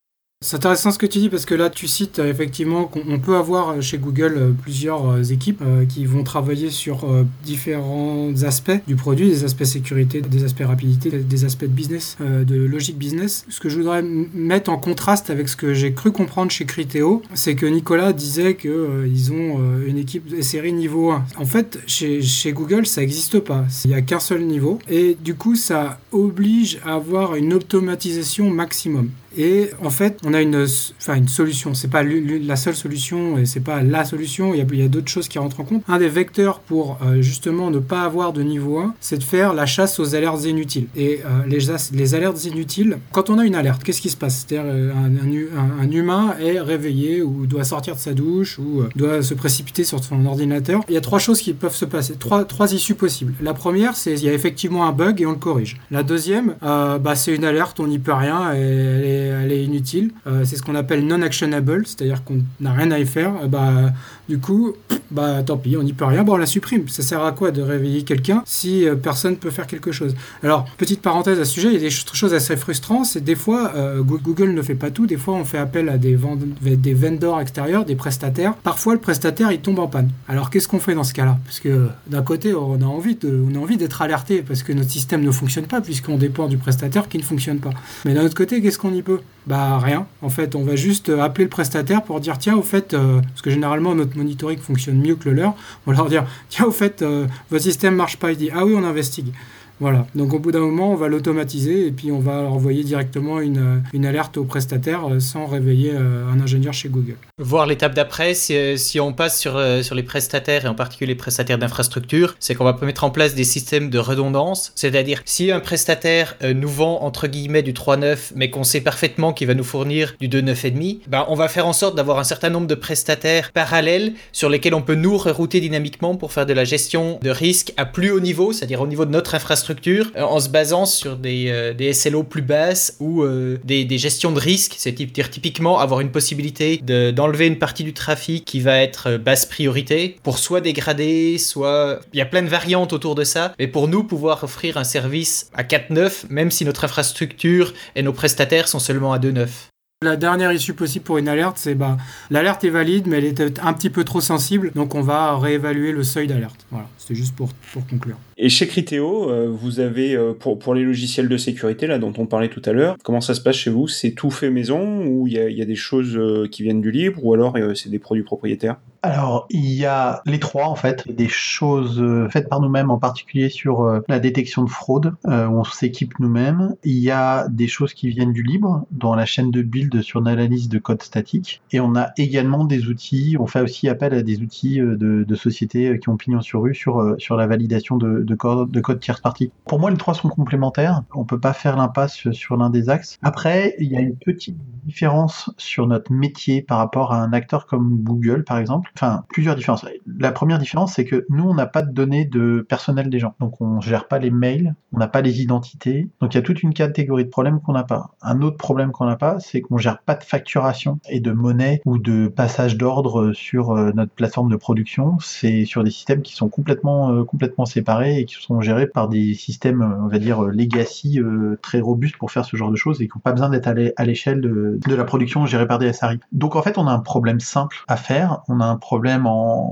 E: C'est intéressant ce que tu dis parce que là tu cites euh, effectivement qu'on peut avoir chez Google euh, plusieurs euh, équipes euh, qui vont travailler sur euh, différents aspects du produit, des aspects sécurité, des aspects rapidité, des aspects de business, euh, de logique business. Ce que je voudrais m- mettre en contraste avec ce que j'ai cru comprendre chez Criteo, c'est que Nicolas disait qu'ils euh, ont euh, une équipe S R I niveau un. En fait, chez, chez Google, ça n'existe pas. Il n'y a qu'un seul niveau et du coup, ça oblige à avoir une automatisation maximum. Et en fait, on a une, enfin une solution. C'est pas la seule solution et c'est pas la solution. Il y a, il y a d'autres choses qui rentrent en compte. Un des vecteurs pour euh, justement ne pas avoir de niveau un, c'est de faire la chasse aux alertes inutiles. Et euh, les, les alertes inutiles, quand on a une alerte, qu'est-ce qui se passe ? C'est-à-dire euh, un, un, un humain est réveillé ou doit sortir de sa douche ou euh, doit se précipiter sur son ordinateur. Il y a trois choses qui peuvent se passer, trois, trois issues possibles. La première, c'est il y a effectivement un bug et on le corrige. La deuxième, euh, bah, c'est une alerte, on n'y peut rien et elle est elle est inutile. Euh, c'est ce qu'on appelle non-actionable, c'est-à-dire qu'on n'a rien à y faire. Euh, bah, du coup, bah, tant pis, on n'y peut rien, bah, on la supprime. Ça sert à quoi de réveiller quelqu'un si euh, personne ne peut faire quelque chose ? Alors, petite parenthèse à ce sujet, il y a des choses assez frustrantes, c'est des fois, euh, Google ne fait pas tout, des fois on fait appel à des, vend- des vendors extérieurs, des prestataires. Parfois, le prestataire, il tombe en panne. Alors, qu'est-ce qu'on fait dans ce cas-là ? Parce que d'un côté, on a envie de, on a envie d'être alerté parce que notre système ne fonctionne pas puisqu'on dépend du prestataire qui ne fonctionne pas. Mais d'un autre côté, qu'est-ce qu'on y peut ? Bah rien, en fait on va juste appeler le prestataire pour dire tiens au fait, euh, parce que généralement notre monitoring fonctionne mieux que le leur, on va leur dire tiens au fait euh, votre système marche pas, il dit ah oui on investigue. Voilà, donc au bout d'un moment, on va l'automatiser et puis on va envoyer directement une, une alerte au prestataire sans réveiller un ingénieur chez Google.
I: Voir l'étape d'après, si, si on passe sur, sur les prestataires et en particulier les prestataires d'infrastructure, c'est qu'on va mettre en place des systèmes de redondance, c'est-à-dire si un prestataire nous vend entre guillemets du trois point neuf mais qu'on sait parfaitement qu'il va nous fournir du deux point neuf virgule cinq, ben on va faire en sorte d'avoir un certain nombre de prestataires parallèles sur lesquels on peut nous rerouter dynamiquement pour faire de la gestion de risque à plus haut niveau, c'est-à-dire au niveau de notre infrastructure, en se basant sur des, euh, des S L O plus basses ou euh, des, des gestions de risque, c'est-à-dire typiquement avoir une possibilité de, d'enlever une partie du trafic qui va être basse priorité pour soit dégrader, soit... Il y a plein de variantes autour de ça, mais pour nous pouvoir offrir un service à quatre point neuf, même si notre infrastructure et nos prestataires sont seulement à deux point neuf.
E: La dernière issue possible pour une alerte, c'est bah, l'alerte est valide, mais elle est un petit peu trop sensible, donc on va réévaluer le seuil d'alerte. Voilà, c'était juste pour, pour conclure.
G: Et chez Criteo, euh, vous avez, euh, pour, pour les logiciels de sécurité là, dont on parlait tout à l'heure, comment ça se passe chez vous ? C'est tout fait maison ou il y a, y a des choses euh, qui viennent du libre ou alors euh, c'est des produits propriétaires ?
F: Alors, il y a les trois, en fait, des choses euh, faites par nous-mêmes, en particulier sur euh, la détection de fraude, euh, où on s'équipe nous-mêmes. Il y a des choses qui viennent du libre, dans la chaîne de build sur l'analyse de code statique. Et on a également des outils, on fait aussi appel à des outils euh, de, de sociétés qui ont pignon sur rue sur, euh, sur la validation de, de, code, de code tierce partie. Pour moi, les trois sont complémentaires. On peut pas faire l'impasse sur l'un des axes. Après, il y a une petite différence sur notre métier par rapport à un acteur comme Google, par exemple. Enfin, plusieurs différences. La première différence, c'est que nous, on n'a pas de données de personnel des gens. Donc, on gère pas les mails, on n'a pas les identités. Donc, il y a toute une catégorie de problèmes qu'on n'a pas. Un autre problème qu'on n'a pas, c'est qu'on gère pas de facturation et de monnaie ou de passage d'ordre sur notre plateforme de production. C'est sur des systèmes qui sont complètement, euh, complètement séparés et qui sont gérés par des systèmes, on va dire, legacy euh, très robustes pour faire ce genre de choses et qui n'ont pas besoin d'être à l'échelle de, de la production gérée par des S R I. Donc, en fait, on a un problème simple à faire. On a un problème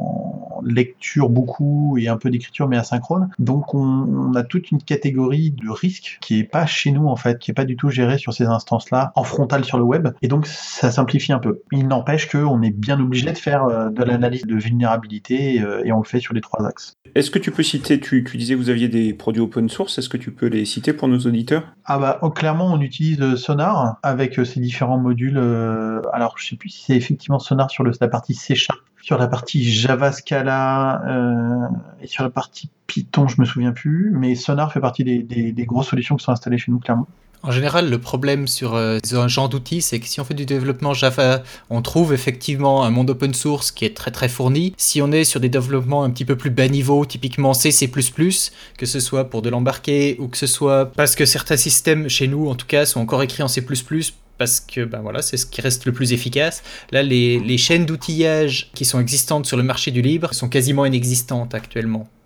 F: en lecture beaucoup et un peu d'écriture mais asynchrone. Donc on, on a toute une catégorie de risques qui est pas chez nous en fait, qui est pas du tout gérée sur ces instances-là en frontal sur le web. Et donc ça simplifie un peu. Il n'empêche qu'on est bien obligé de faire euh, de l'analyse de vulnérabilité euh, et on le fait sur les trois axes.
G: Est-ce que tu peux citer, tu, tu disais que vous aviez des produits open source, est-ce que tu peux les citer pour nos auditeurs ?
F: Ah bah oh, clairement on utilise Sonar avec euh, ses différents modules. Euh, alors je sais plus si c'est effectivement Sonar sur le, la partie C Sharp, sur la partie Java Scala euh, et sur la partie Python, je me souviens plus, mais Sonar fait partie des, des, des grosses solutions qui sont installées chez nous clairement.
I: En général, le problème sur euh, ce genre d'outils, c'est que si on fait du développement Java, on trouve effectivement un monde open source qui est très très fourni. Si on est sur des développements un petit peu plus bas niveau, typiquement C, C plus plus, que ce soit pour de l'embarqué ou que ce soit parce que certains systèmes chez nous, en tout cas, sont encore écrits en C plus plus, parce que ben voilà, c'est ce qui reste le plus efficace. Là, les, les chaînes d'outillage qui sont existantes sur le marché du libre sont quasiment inexistantes actuellement.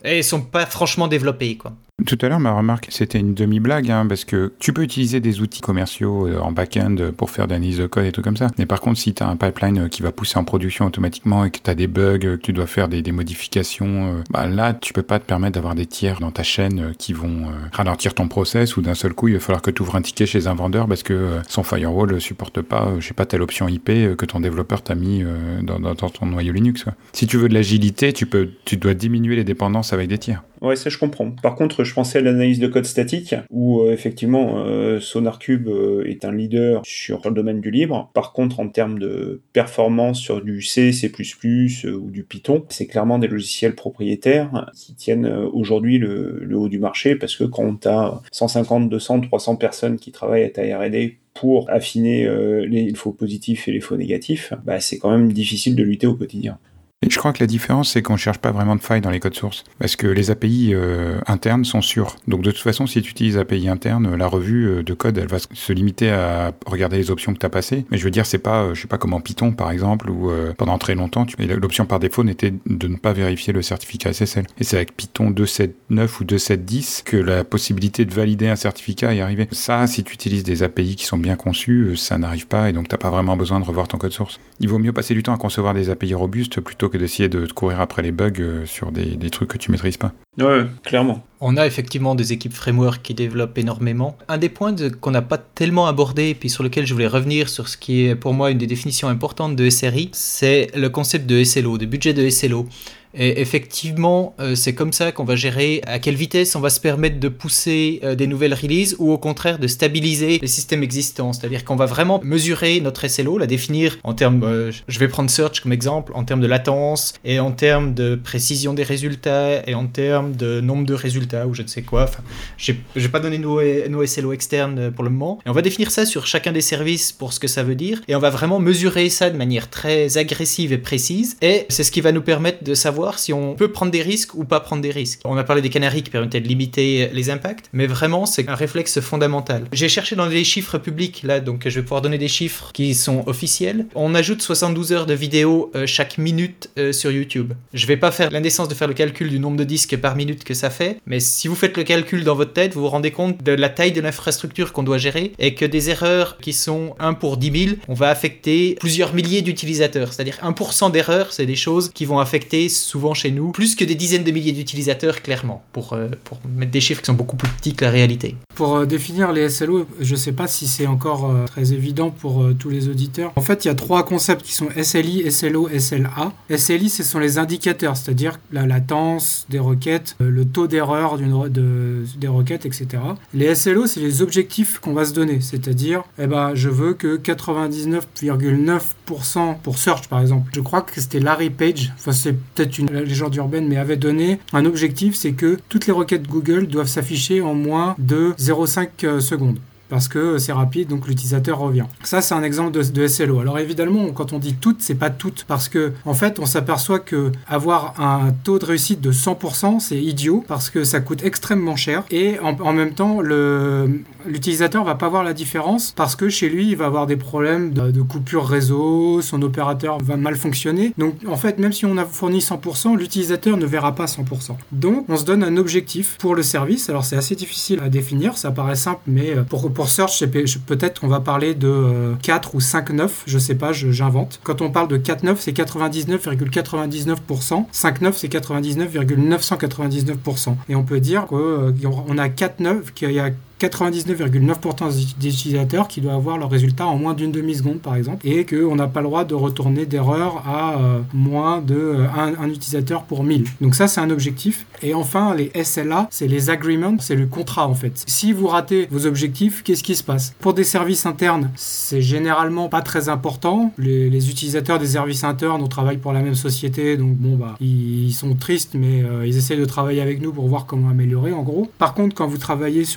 I: Et ils sont pas franchement développés, quoi.
B: Tout à l'heure, ma remarque, c'était une demi-blague, hein, parce que tu peux utiliser des outils commerciaux euh, en back-end pour faire de l'analyse de code et tout comme ça. Mais par contre, si tu as un pipeline qui va pousser en production automatiquement et que tu as des bugs, que tu dois faire des, des modifications, euh, bah là, tu peux pas te permettre d'avoir des tiers dans ta chaîne euh, qui vont euh, ralentir ton process, ou d'un seul coup, il va falloir que tu ouvres un ticket chez un vendeur parce que euh, son firewall ne supporte pas, euh, je sais pas, telle option I P euh, que ton développeur t'a mis euh, dans, dans, dans ton noyau Linux, quoi. Si tu veux de l'agilité, tu peux, tu dois diminuer les dépendances avec des tiers.
G: Ouais, ça je comprends. Par contre, je pensais à l'analyse de code statique, où euh, effectivement euh, SonarCube euh, est un leader sur le domaine du libre. Par contre, en termes de performance sur du C, C++ euh, ou du Python, c'est clairement des logiciels propriétaires qui tiennent euh, aujourd'hui le, le haut du marché, parce que quand tu as cent cinquante, deux cents, trois cents personnes qui travaillent à ta R et D pour affiner euh, les faux positifs et les faux négatifs, bah, c'est quand même difficile de lutter au quotidien.
B: Et je crois que la différence, c'est qu'on ne cherche pas vraiment de failles dans les codes sources. Parce que les A P I euh, internes sont sûrs. Donc de toute façon, si tu utilises A P I interne, la revue de code, elle va se limiter à regarder les options que tu as passées. Mais je veux dire, c'est pas, je sais pas, comme en Python, par exemple, où euh, pendant très longtemps, tu... l'option par défaut n'était de ne pas vérifier le certificat S S L. Et c'est avec Python deux point sept neuf ou deux point sept dix que la possibilité de valider un certificat est arrivée. Ça, si tu utilises des A P I qui sont bien conçues, ça n'arrive pas, et donc t'as pas vraiment besoin de revoir ton code source. Il vaut mieux passer du temps à concevoir des A P I robustes plutôt que d'essayer de courir après les bugs sur des, des trucs que tu maîtrises pas.
G: Ouais, clairement.
I: On a effectivement des équipes framework qui développent énormément. Un des points de, qu'on n'a pas tellement abordé, puis sur lequel je voulais revenir, sur ce qui est pour moi une des définitions importantes de S R I, c'est le concept de S L O, de budget de S L O. Et effectivement, euh, c'est comme ça qu'on va gérer à quelle vitesse on va se permettre de pousser euh, des nouvelles releases, ou au contraire de stabiliser les systèmes existants. C'est-à-dire qu'on va vraiment mesurer notre S L O, la définir en termes, euh, je vais prendre Search comme exemple, en termes de latence, et en termes de précision des résultats, et en termes de nombre de résultats, ou je ne sais quoi. Enfin, j'ai, j'ai pas donné nos, nos S L O externes pour le moment. Et on va définir ça sur chacun des services pour ce que ça veut dire, et on va vraiment mesurer ça de manière très agressive et précise, et c'est ce qui va nous permettre de savoir si on peut prendre des risques ou pas prendre des risques. On a parlé des canaries qui permettaient de limiter les impacts, mais vraiment c'est un réflexe fondamental. J'ai cherché dans les chiffres publics là, donc je vais pouvoir donner des chiffres qui sont officiels. On ajoute soixante-douze heures de vidéo euh, chaque minute euh, sur YouTube. Je vais pas faire l'indécence de faire le calcul du nombre de disques par minute que ça fait, mais si vous faites le calcul dans votre tête, vous vous rendez compte de la taille de l'infrastructure qu'on doit gérer, et que des erreurs qui sont un pour dix mille, on va affecter plusieurs milliers d'utilisateurs. C'est-à-dire un pour cent d'erreurs, c'est des choses qui vont affecter souvent chez nous plus que des dizaines de milliers d'utilisateurs, clairement, pour, euh, pour mettre des chiffres qui sont beaucoup plus petits que la réalité.
E: Pour euh, définir les S L O, je ne sais pas si c'est encore euh, très évident pour euh, tous les auditeurs. En fait, il y a trois concepts qui sont S L I, S L O, S L A. S L I, ce sont les indicateurs, c'est-à-dire la latence des requêtes, euh, le taux d'erreur d'une, de, des requêtes, et cetera. Les S L O, c'est les objectifs qu'on va se donner, c'est-à-dire, eh ben, je veux que quatre-vingt-dix-neuf virgule neuf pour cent pour Search, par exemple. Je crois que c'était Larry Page, enfin c'est peut-être une légende urbaine, mais avait donné un objectif, c'est que toutes les requêtes Google doivent s'afficher en moins de zéro virgule cinq secondes. Parce que c'est rapide, donc l'utilisateur revient. Ça, c'est un exemple de, de S L O. Alors évidemment, quand on dit toutes, c'est pas toutes, parce que en fait, on s'aperçoit que avoir un taux de réussite de cent pour cent, c'est idiot, parce que ça coûte extrêmement cher, et en, en même temps, le, l'utilisateur va pas voir la différence, parce que chez lui, il va avoir des problèmes de, de coupure réseau, son opérateur va mal fonctionner. Donc en fait, même si on a fourni cent pour cent, l'utilisateur ne verra pas cent pour cent. Donc on se donne un objectif pour le service. Alors c'est assez difficile à définir, ça paraît simple, mais pour Pour Search, peut-être qu'on va parler de euh, quatre ou cinq neuf, je sais pas, je, j'invente. Quand on parle de quatre neuf, c'est quatre-vingt-dix-neuf virgule quatre-vingt-dix-neuf pour cent. cinq neuf, c'est quatre-vingt-dix-neuf virgule neuf cent quatre-vingt-dix-neuf pour cent. Et on peut dire qu'on euh, a quatre neuf, qu'il y a quatre-vingt-dix-neuf virgule neuf pour cent des utilisateurs qui doivent avoir leur résultat en moins d'une demi-seconde, par exemple, et qu'on n'a pas le droit de retourner d'erreur à euh, moins de euh, un, un utilisateur pour mille. Donc ça, c'est un objectif. Et enfin, les S L A, c'est les agreements, c'est le contrat, en fait. Si vous ratez vos objectifs, qu'est-ce qui se passe? Pour des services internes, c'est généralement pas très important. Les, les utilisateurs des services internes, on travaille pour la même société, donc bon, bah, ils, ils sont tristes, mais euh, ils essaient de travailler avec nous pour voir comment améliorer, en gros. Par contre, quand vous travaillez sur des outils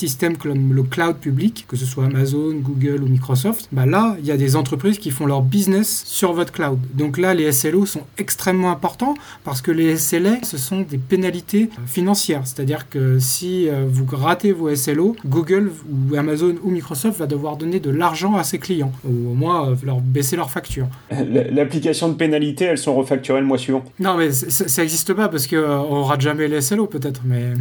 E: systèmes comme le cloud public, que ce soit Amazon, Google ou Microsoft, bah là, il y a des entreprises qui font leur business sur votre cloud. Donc là, les S L O sont extrêmement importants parce que les S L A, ce sont des pénalités financières. C'est-à-dire que si vous ratez vos S L O, Google ou Amazon ou Microsoft va devoir donner de l'argent à ses clients, ou au moins leur baisser leurs factures.
G: L'application de pénalité, elles sont refacturées le mois suivant.
E: Non, mais ça n'existe pas parce qu'on ne rate jamais les S L O peut-être, mais...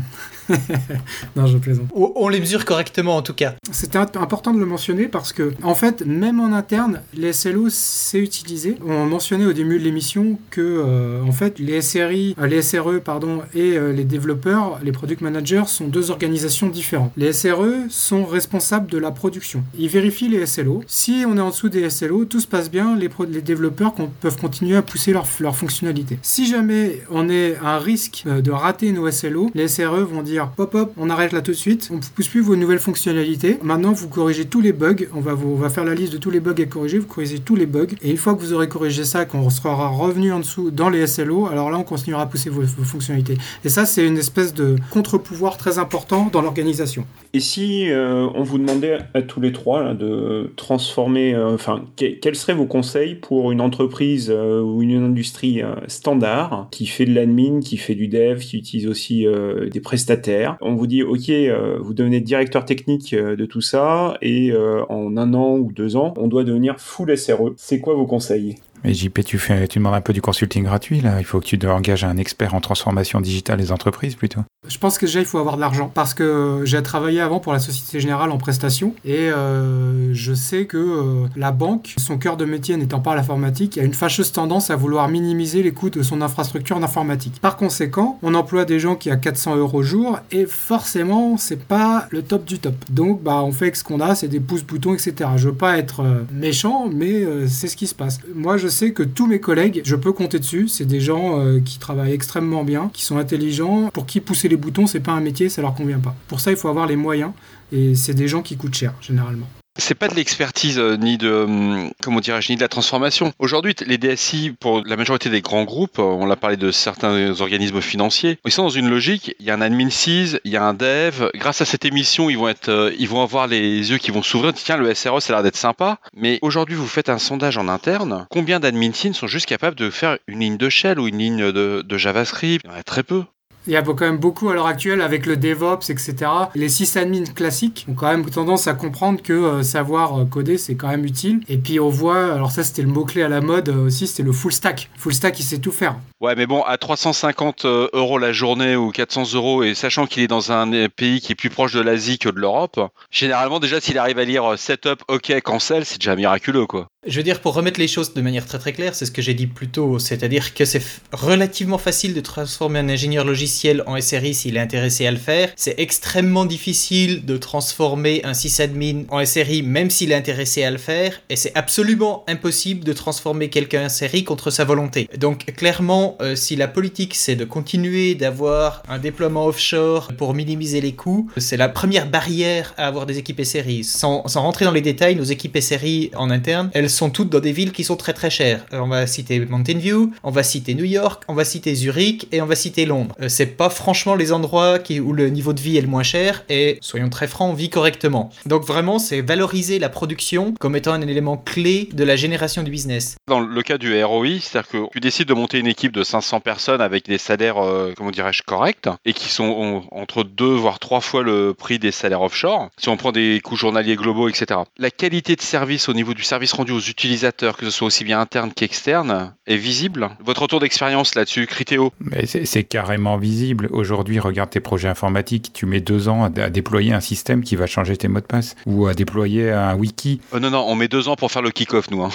E: non, je plaisante.
I: On les mesure correctement en tout cas.
E: C'était important de le mentionner parce que, en fait, même en interne, les S L O, c'est utilisé. On mentionnait au début de l'émission que, euh, en fait, les S R I, euh, les S R E, pardon, et euh, les développeurs, les product managers, sont deux organisations différentes. Les S R E sont responsables de la production. Ils vérifient les S L O. Si on est en dessous des S L O, tout se passe bien, les, pro- les développeurs con- peuvent continuer à pousser leur, leur fonctionnalité. Si jamais on est à un risque euh, de rater nos S L O, les S R E vont dire hop hop, on arrête là tout de suite, on ne pousse plus vos nouvelles fonctionnalités. Maintenant, vous corrigez tous les bugs. On va, vous, on va faire la liste de tous les bugs à corriger. Vous corrigez tous les bugs. Et une fois que vous aurez corrigé ça, qu'on sera revenu en dessous dans les S L O, alors là, on continuera à pousser vos, vos fonctionnalités. Et ça, c'est une espèce de contre-pouvoir très important dans l'organisation.
G: Et si euh, on vous demandait à tous les trois là, de transformer, euh, enfin, que, quels seraient vos conseils pour une entreprise euh, ou une industrie euh, standard qui fait de l'admin, qui fait du dev, qui utilise aussi euh, des prestataires. On vous dit, ok, euh, vous devenez directeur technique euh, de tout ça et euh, en un an ou deux ans, on doit devenir full S R E. C'est quoi vos conseils ?
B: Mais J P, tu, fais, tu demandes un peu du consulting gratuit, là. Il faut que tu engages un expert en transformation digitale des entreprises, plutôt.
E: Je pense que déjà, il faut avoir de l'argent. Parce que j'ai travaillé avant pour la Société Générale en prestation. Et euh, je sais que euh, la banque, son cœur de métier n'étant pas l'informatique, a une fâcheuse tendance à vouloir minimiser les coûts de son infrastructure d'informatique. Par conséquent, on emploie des gens qui ont quatre cents euros au jour. Et forcément, c'est pas le top du top. Donc, bah, on fait que ce qu'on a, c'est des pouces-boutons, et cetera. Je veux pas être euh, méchant, mais euh, c'est ce qui se passe. Moi, je Je sais que tous mes collègues, je peux compter dessus, c'est des gens euh, qui travaillent extrêmement bien, qui sont intelligents, pour qui pousser les boutons, c'est pas un métier, ça leur convient pas. Pour ça, il faut avoir les moyens, et c'est des gens qui coûtent cher, généralement.
C: C'est pas de l'expertise euh, ni de euh, comment dirais-je ni de la transformation. Aujourd'hui, les D S I pour la majorité des grands groupes, on l'a parlé de certains organismes financiers, ils sont dans une logique. Il y a un admin S I S, il y a un dev. Grâce à cette émission, ils vont être, euh, ils vont avoir les yeux qui vont s'ouvrir. Tiens, le S R E, ça a l'air d'être sympa. Mais aujourd'hui, vous faites un sondage en interne. Combien d'admin S I N sont juste capables de faire une ligne de shell ou une ligne de, de JavaScript ? Il y en a très peu.
E: Il y a quand même beaucoup à l'heure actuelle avec le DevOps, et cetera. Les sysadmins classiques ont quand même tendance à comprendre que euh, savoir coder, c'est quand même utile. Et puis on voit, alors ça c'était le mot-clé à la mode euh, aussi, c'était le full stack. Full stack, il sait tout faire.
C: Ouais, mais bon, à trois cent cinquante euros la journée ou quatre cents euros, et sachant qu'il est dans un pays qui est plus proche de l'Asie que de l'Europe, généralement déjà s'il arrive à lire setup, ok, cancel, c'est déjà miraculeux, quoi.
I: Je veux dire, pour remettre les choses de manière très très claire, c'est ce que j'ai dit plus tôt, c'est-à-dire que c'est f- relativement facile de transformer un ingénieur logiciel en S R I s'il est intéressé à le faire. C'est extrêmement difficile de transformer un sysadmin en S R I même s'il est intéressé à le faire. Et c'est absolument impossible de transformer quelqu'un en S R I contre sa volonté. Donc clairement, euh, si la politique c'est de continuer d'avoir un déploiement offshore pour minimiser les coûts, c'est la première barrière à avoir des équipes S R I. Sans, sans rentrer dans les détails, nos équipes S R I en interne, elles sont toutes dans des villes qui sont très très chères. Euh, on va citer Mountain View, on va citer New York, on va citer Zurich et on va citer Londres. Euh, c'est pas franchement les endroits qui, où le niveau de vie est le moins cher et, soyons très francs, on vit correctement. Donc vraiment, c'est valoriser la production comme étant un élément clé de la génération du business.
C: Dans le cas du R O I, c'est-à-dire que tu décides de monter une équipe de cinq cents personnes avec des salaires, euh, comment dirais-je, corrects et qui sont on, entre deux voire trois fois le prix des salaires offshore, si on prend des coûts journaliers globaux, et cetera. La qualité de service au niveau du service rendu aux utilisateurs, que ce soit aussi bien interne qu'externe, est visible. Votre retour d'expérience là-dessus, Criteo?
B: Mais c'est, c'est carrément visible. Aujourd'hui, regarde tes projets informatiques, tu mets deux ans à, à déployer un système qui va changer tes mots de passe ou à déployer un wiki.
C: Oh non, non, on met deux ans pour faire le kick-off, nous. Hein.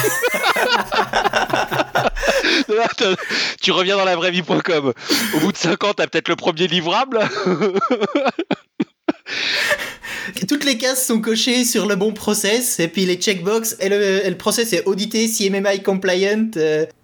C: Tu reviens dans la vraie vie point com. Au bout de cinq ans, t'as peut-être le premier livrable.
I: Toutes les cases sont cochées sur le bon process, et puis les checkbox, et le, et le process est audité, C M M I compliant. Euh...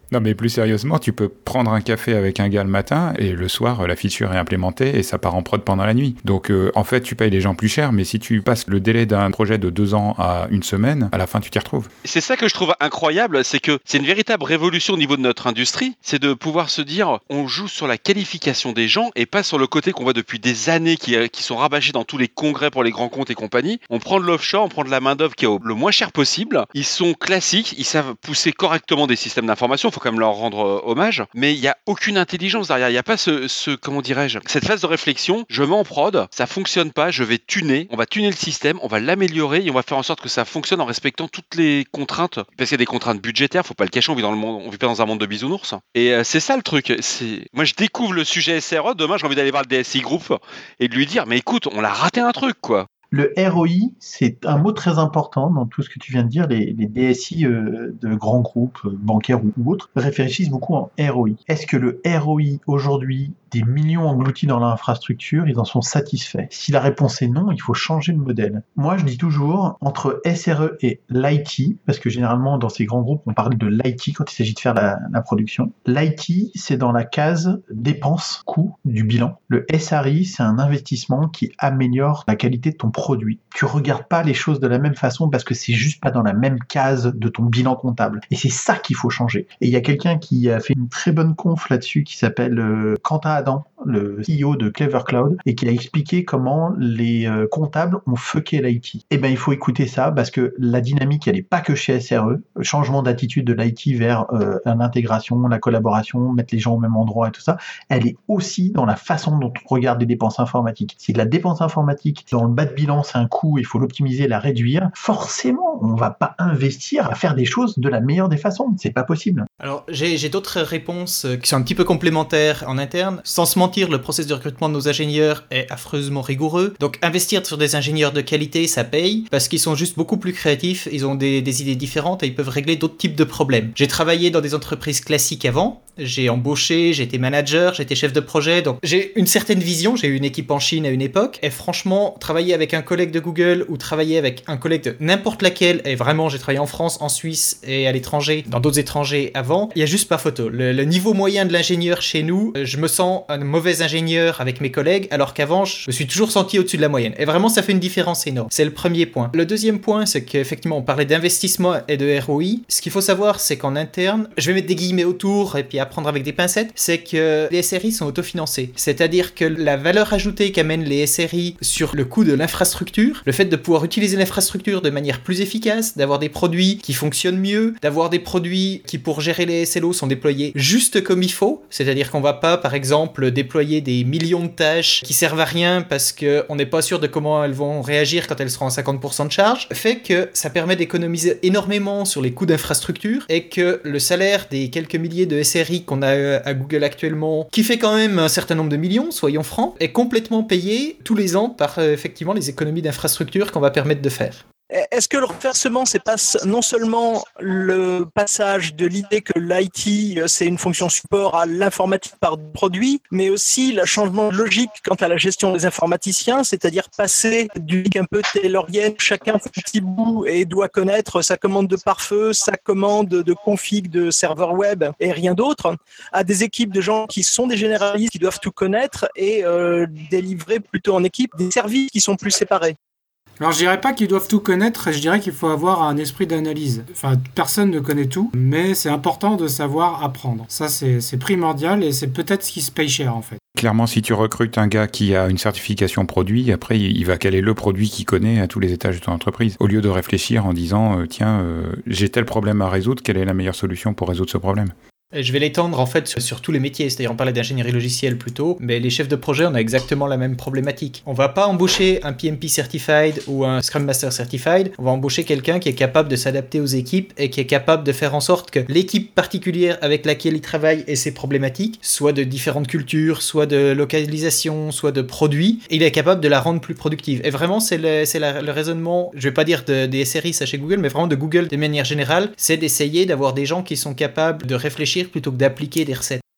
B: Non, mais plus sérieusement, tu peux prendre un café avec un gars le matin et le soir, la feature est implémentée et ça part en prod pendant la nuit. Donc, euh, en fait, tu payes les gens plus cher, mais si tu passes le délai d'un projet de deux ans à une semaine, à la fin, tu t'y retrouves.
C: C'est ça que je trouve incroyable, c'est que c'est une véritable révolution au niveau de notre industrie, c'est de pouvoir se dire, on joue sur la qualification des gens et pas sur le côté qu'on voit depuis des années qui, qui sont rabâchés dans tous les congrès pour les grands comptes et compagnie. On prend de l'offshore, on prend de la main-d'œuvre qui est au, le moins cher possible. Ils sont classiques, ils savent pousser correctement des systèmes d'information. Faut quand même leur rendre euh, hommage, mais il n'y a aucune intelligence derrière, il n'y a pas ce, ce, comment dirais-je, cette phase de réflexion, je mets en prod, ça fonctionne pas, je vais tuner, on va tuner le système, on va l'améliorer et on va faire en sorte que ça fonctionne en respectant toutes les contraintes, parce qu'il y a des contraintes budgétaires, faut pas le cacher, on vit dans le monde, on vit pas dans un monde de bisounours, et euh, c'est ça le truc, c'est, moi je découvre le sujet S R E, demain j'ai envie d'aller voir le D S I Group et de lui dire, mais écoute, on a raté un truc quoi.
F: Le R O I, c'est un mot très important dans tout ce que tu viens de dire. Les, les D S I euh, de grands groupes euh, bancaires ou, ou autres réfléchissent beaucoup en R O I. Est-ce que le R O I aujourd'hui, des millions engloutis dans l'infrastructure, ils en sont satisfaits? Si la réponse est non, il faut changer de modèle. Moi, je dis toujours, entre S R E et l'I T, parce que généralement dans ces grands groupes, on parle de l'I T quand il s'agit de faire la, la production. L'I T, c'est dans la case dépenses, coûts du bilan. Le S R I, c'est un investissement qui améliore la qualité de ton produit. Tu regardes pas les choses de la même façon parce que c'est juste pas dans la même case de ton bilan comptable. Et c'est ça qu'il faut changer. Et il y a quelqu'un qui a fait une très bonne conf là-dessus qui s'appelle euh, Quentin Adam, le C E O de Clever Cloud, et qui a expliqué comment les euh, comptables ont fucké l'I T. Eh ben, il faut écouter ça parce que la dynamique, elle est pas que chez S R E. Le changement d'attitude de l'I T vers euh, l'intégration, la collaboration, mettre les gens au même endroit et tout ça, elle est aussi dans la façon dont on regarde les dépenses informatiques. Si la dépense informatique, dans le bas de bilan, c'est un coût, il faut l'optimiser, la réduire, forcément, on va pas investir à faire des choses de la meilleure des façons. C'est pas possible.
I: Alors, j'ai, j'ai d'autres réponses qui sont un petit peu complémentaires en interne. Sans se mentir, le processus de recrutement de nos ingénieurs est affreusement rigoureux. Donc, investir sur des ingénieurs de qualité, ça paye, parce qu'ils sont juste beaucoup plus créatifs, ils ont des, des idées différentes et ils peuvent régler d'autres types de problèmes. J'ai travaillé dans des entreprises classiques avant, j'ai embauché, j'ai été manager, j'ai été chef de projet, donc j'ai une certaine vision, j'ai eu une équipe en Chine à une époque, et franchement, travailler avec un collègue de Google ou travailler avec un collègue de n'importe laquelle, et vraiment j'ai travaillé en France, en Suisse et à l'étranger, dans d'autres étrangers avant, il y a juste pas photo. Le, le niveau moyen de l'ingénieur chez nous, je me sens un mauvais ingénieur avec mes collègues, alors qu'avant je me suis toujours senti au-dessus de la moyenne. Et vraiment ça fait une différence énorme. C'est le premier point. Le deuxième point, c'est qu'effectivement on parlait d'investissement et de R O I. Ce qu'il faut savoir, c'est qu'en interne, je vais mettre des guillemets autour et puis apprendre avec des pincettes, c'est que les S R I sont autofinancés. C'est-à-dire que la valeur ajoutée qu'amènent les S R I sur le coût de l'infrastructure, le fait de pouvoir utiliser l'infrastructure de manière plus efficace, d'avoir des produits qui fonctionnent mieux, d'avoir des produits qui pour gérer les S L O sont déployés juste comme il faut, c'est-à-dire qu'on va pas par exemple déployer des millions de tâches qui servent à rien parce qu'on n'est pas sûr de comment elles vont réagir quand elles seront à cinquante pour cent de charge, fait que ça permet d'économiser énormément sur les coûts d'infrastructure et que le salaire des quelques milliers de S R I qu'on a à Google actuellement, qui fait quand même un certain nombre de millions, soyons francs, est complètement payé tous les ans par euh, effectivement les économies d'infrastructure qu'on va permettre de faire.
H: Est-ce que le renversement, c'est pas non seulement le passage de l'idée que l'I T, c'est une fonction support à l'informatique par produit, mais aussi le changement de logique quant à la gestion des informaticiens, c'est-à-dire passer du un peu taylorienne, chacun fait un petit bout et doit connaître sa commande de pare-feu, sa commande de config de serveur web et rien d'autre, à des équipes de gens qui sont des généralistes, qui doivent tout connaître et euh, délivrer plutôt en équipe des services qui sont plus séparés.
E: Alors je dirais pas qu'ils doivent tout connaître, je dirais qu'il faut avoir un esprit d'analyse. Enfin, personne ne connaît tout, mais c'est important de savoir apprendre. Ça, c'est, c'est primordial et c'est peut-être ce qui se paye cher en fait.
B: Clairement, si tu recrutes un gars qui a une certification produit, après il va caler le produit qu'il connaît à tous les étages de ton entreprise. Au lieu de réfléchir en disant euh, tiens, euh, j'ai tel problème à résoudre, quelle est la meilleure solution pour résoudre ce problème ?
I: Je vais l'étendre en fait sur, sur tous les métiers, c'est-à-dire on parlait d'ingénierie logicielle plutôt, mais les chefs de projet on a exactement la même problématique. On va pas embaucher un P M P Certified ou un Scrum Master Certified, on va embaucher quelqu'un qui est capable de s'adapter aux équipes et qui est capable de faire en sorte que l'équipe particulière avec laquelle il travaille ait ses problématiques, soit de différentes cultures, soit de localisation, soit de produits, et il est capable de la rendre plus productive. Et vraiment c'est le, c'est la, le raisonnement, je vais pas dire de, des S R I ça chez Google, mais vraiment de Google de manière générale, c'est d'essayer d'avoir des gens qui sont capables de réfléchir plutôt que d'appliquer des recettes.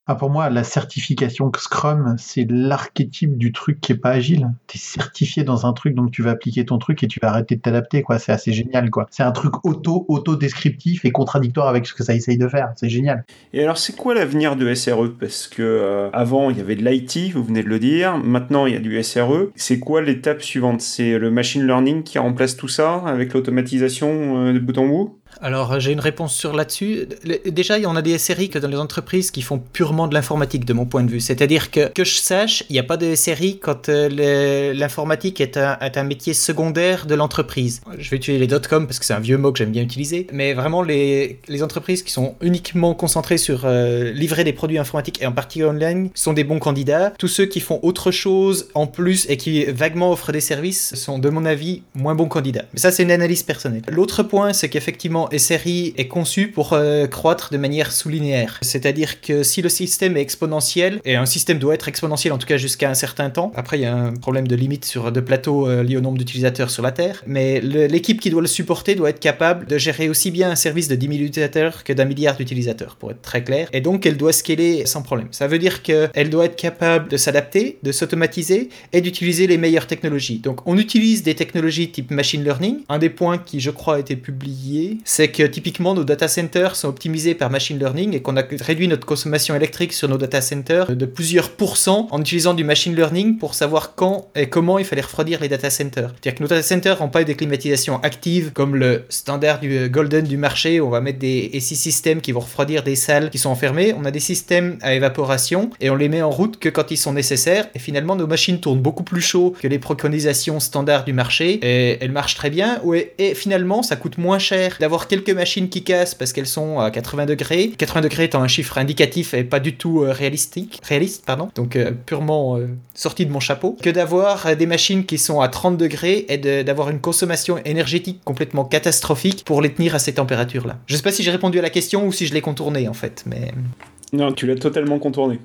F: Ah, pour moi, la certification Scrum, c'est l'archétype du truc qui est pas agile. T'es certifié dans un truc, donc tu vas appliquer ton truc et tu vas arrêter de t'adapter, quoi. C'est assez génial, quoi. C'est un truc auto, auto-descriptif et contradictoire avec ce que ça essaye de faire. C'est génial.
G: Et alors, c'est quoi l'avenir de S R E? Parce que euh, avant, il y avait de l'I T, vous venez de le dire. Maintenant, il y a du S R E. C'est quoi l'étape suivante? C'est le machine learning qui remplace tout ça avec l'automatisation euh, de bout en bout?
I: Alors, j'ai une réponse sur là-dessus. Déjà, on a des S R I que dans les entreprises qui font purement de l'informatique, de mon point de vue. C'est-à-dire que, que je sache, il n'y a pas de S R I quand euh, le, l'informatique est un, est un métier secondaire de l'entreprise. Je vais utiliser les dot-com parce que c'est un vieux mot que j'aime bien utiliser, mais vraiment les, les entreprises qui sont uniquement concentrées sur euh, livrer des produits informatiques et en partie online sont des bons candidats. Tous ceux qui font autre chose en plus et qui vaguement offrent des services sont, de mon avis, moins bons candidats. Mais ça, c'est une analyse personnelle. L'autre point, c'est qu'effectivement, S R I est conçu pour euh, croître de manière sous-linéaire. C'est-à-dire que si le système est exponentiel, et un système doit être exponentiel en tout cas jusqu'à un certain temps, après il y a un problème de limite sur de plateau euh, lié au nombre d'utilisateurs sur la Terre, mais le, l'équipe qui doit le supporter doit être capable de gérer aussi bien un service de dix mille utilisateurs que d'un milliard d'utilisateurs, pour être très clair, et donc elle doit scaler sans problème. Ça veut dire qu'elle doit être capable de s'adapter, de s'automatiser et d'utiliser les meilleures technologies. Donc on utilise des technologies type machine learning. Un des points qui je crois a été publié, c'est que typiquement nos data centers sont optimisés par machine learning et qu'on a réduit notre consommation électrique sur nos data centers de plusieurs pourcents en utilisant du machine learning pour savoir quand et comment il fallait refroidir les data centers. C'est-à-dire que nos data centers n'ont pas des climatisations actives comme le standard du golden du marché où on va mettre des A C systèmes qui vont refroidir des salles qui sont enfermées. On a des systèmes à évaporation et on les met en route que quand ils sont nécessaires et finalement nos machines tournent beaucoup plus chaud que les préconisations standards du marché et elles marchent très bien et finalement ça coûte moins cher d'avoir quelques machines qui cassent parce qu'elles sont à quatre-vingts degrés. quatre-vingts degrés étant un chiffre indicatif et pas du tout euh, réalistique, réaliste, pardon, donc euh, purement euh, sorti de mon chapeau, que d'avoir euh, des machines qui sont à trente degrés et de, d'avoir une consommation énergétique complètement catastrophique pour les tenir à ces températures-là. Je sais pas si j'ai répondu à la question ou si je l'ai contourné en fait, mais...
G: Non, tu l'as totalement contourné.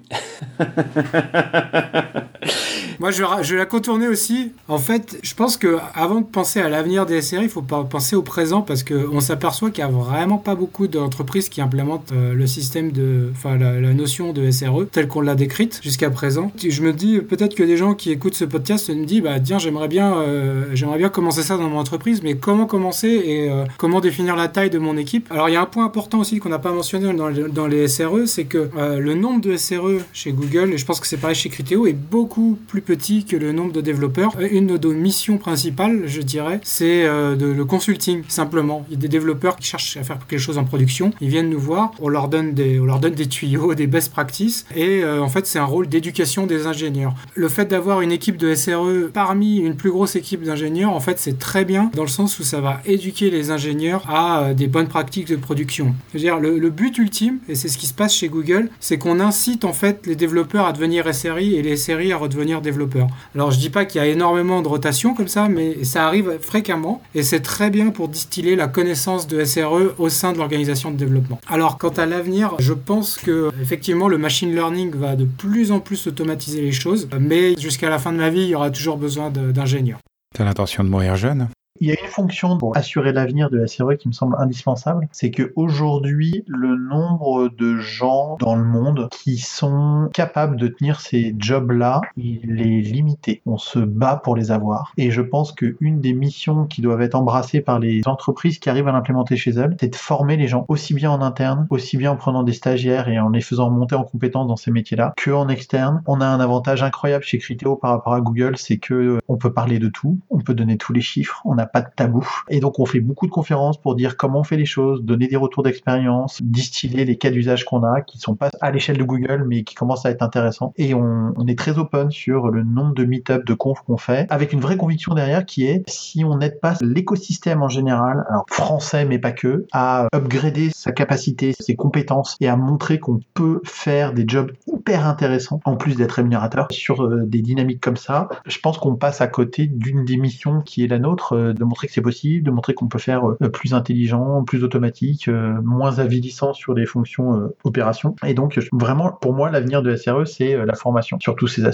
E: Moi, je, je vais la contourner aussi. En fait, je pense qu'avant de penser à l'avenir des S R I, il faut penser au présent parce qu'on s'aperçoit qu'il n'y a vraiment pas beaucoup d'entreprises qui implémentent euh, le système de... Enfin, la, la notion de S R E telle qu'on l'a décrite jusqu'à présent. Je me dis, peut-être que des gens qui écoutent ce podcast se disent, bah tiens, j'aimerais bien, euh, j'aimerais bien commencer ça dans mon entreprise, mais comment commencer et euh, comment définir la taille de mon équipe? Alors, il y a un point important aussi qu'on n'a pas mentionné dans les, dans les S R E, c'est que euh, le nombre de S R E chez Google, et je pense que c'est pareil chez Criteo, est beaucoup plus petit que le nombre de développeurs. Une de nos missions principales, je dirais, c'est euh, de, le consulting, simplement. Il y a des développeurs qui cherchent à faire quelque chose en production, ils viennent nous voir, on leur donne des, on leur donne des tuyaux, des best practices, et euh, en fait, c'est un rôle d'éducation des ingénieurs. Le fait d'avoir une équipe de S R E parmi une plus grosse équipe d'ingénieurs, en fait, c'est très bien, dans le sens où ça va éduquer les ingénieurs à euh, des bonnes pratiques de production. C'est-à-dire, le, le but ultime, et c'est ce qui se passe chez Google, c'est qu'on incite, en fait, les développeurs à devenir S R I et les S R I à redevenir développeurs. Alors je dis pas qu'il y a énormément de rotation comme ça, mais ça arrive fréquemment et c'est très bien pour distiller la connaissance de S R E au sein de l'organisation de développement. Alors quant à l'avenir, je pense que effectivement le machine learning va de plus en plus automatiser les choses, mais jusqu'à la fin de ma vie, il y aura toujours besoin de, d'ingénieurs.
B: T'as l'intention de mourir jeune ?
F: Il y a une fonction pour assurer l'avenir de S R E qui me semble indispensable, c'est qu'aujourd'hui, le nombre de gens dans le monde qui sont capables de tenir ces jobs-là, il est limité. On se bat pour les avoir. Et je pense qu'une des missions qui doivent être embrassées par les entreprises qui arrivent à l'implémenter chez elles, c'est de former les gens, aussi bien en interne, aussi bien en prenant des stagiaires et en les faisant monter en compétences dans ces métiers-là, qu'en externe. On a un avantage incroyable chez Criteo par rapport à Google, c'est que on peut parler de tout, on peut donner tous les chiffres, on a pas de tabou. Et donc, on fait beaucoup de conférences pour dire comment on fait les choses, donner des retours d'expérience, distiller les cas d'usage qu'on a, qui sont pas à l'échelle de Google, mais qui commencent à être intéressants. Et on, on est très open sur le nombre de meet-up, de confs qu'on fait, avec une vraie conviction derrière qui est, si on n'aide pas l'écosystème en général, alors français, mais pas que, à upgrader sa capacité, ses compétences, et à montrer qu'on peut faire des jobs hyper intéressants, en plus d'être rémunérateurs, sur euh, des dynamiques comme ça, je pense qu'on passe à côté d'une des missions qui est la nôtre, euh, de montrer que c'est possible, de montrer qu'on peut faire euh, plus intelligent, plus automatique, euh, moins avilissant sur des fonctions euh, opérations. Et donc, vraiment, pour moi, l'avenir de S R E, c'est euh, la formation sur tous ces aspects.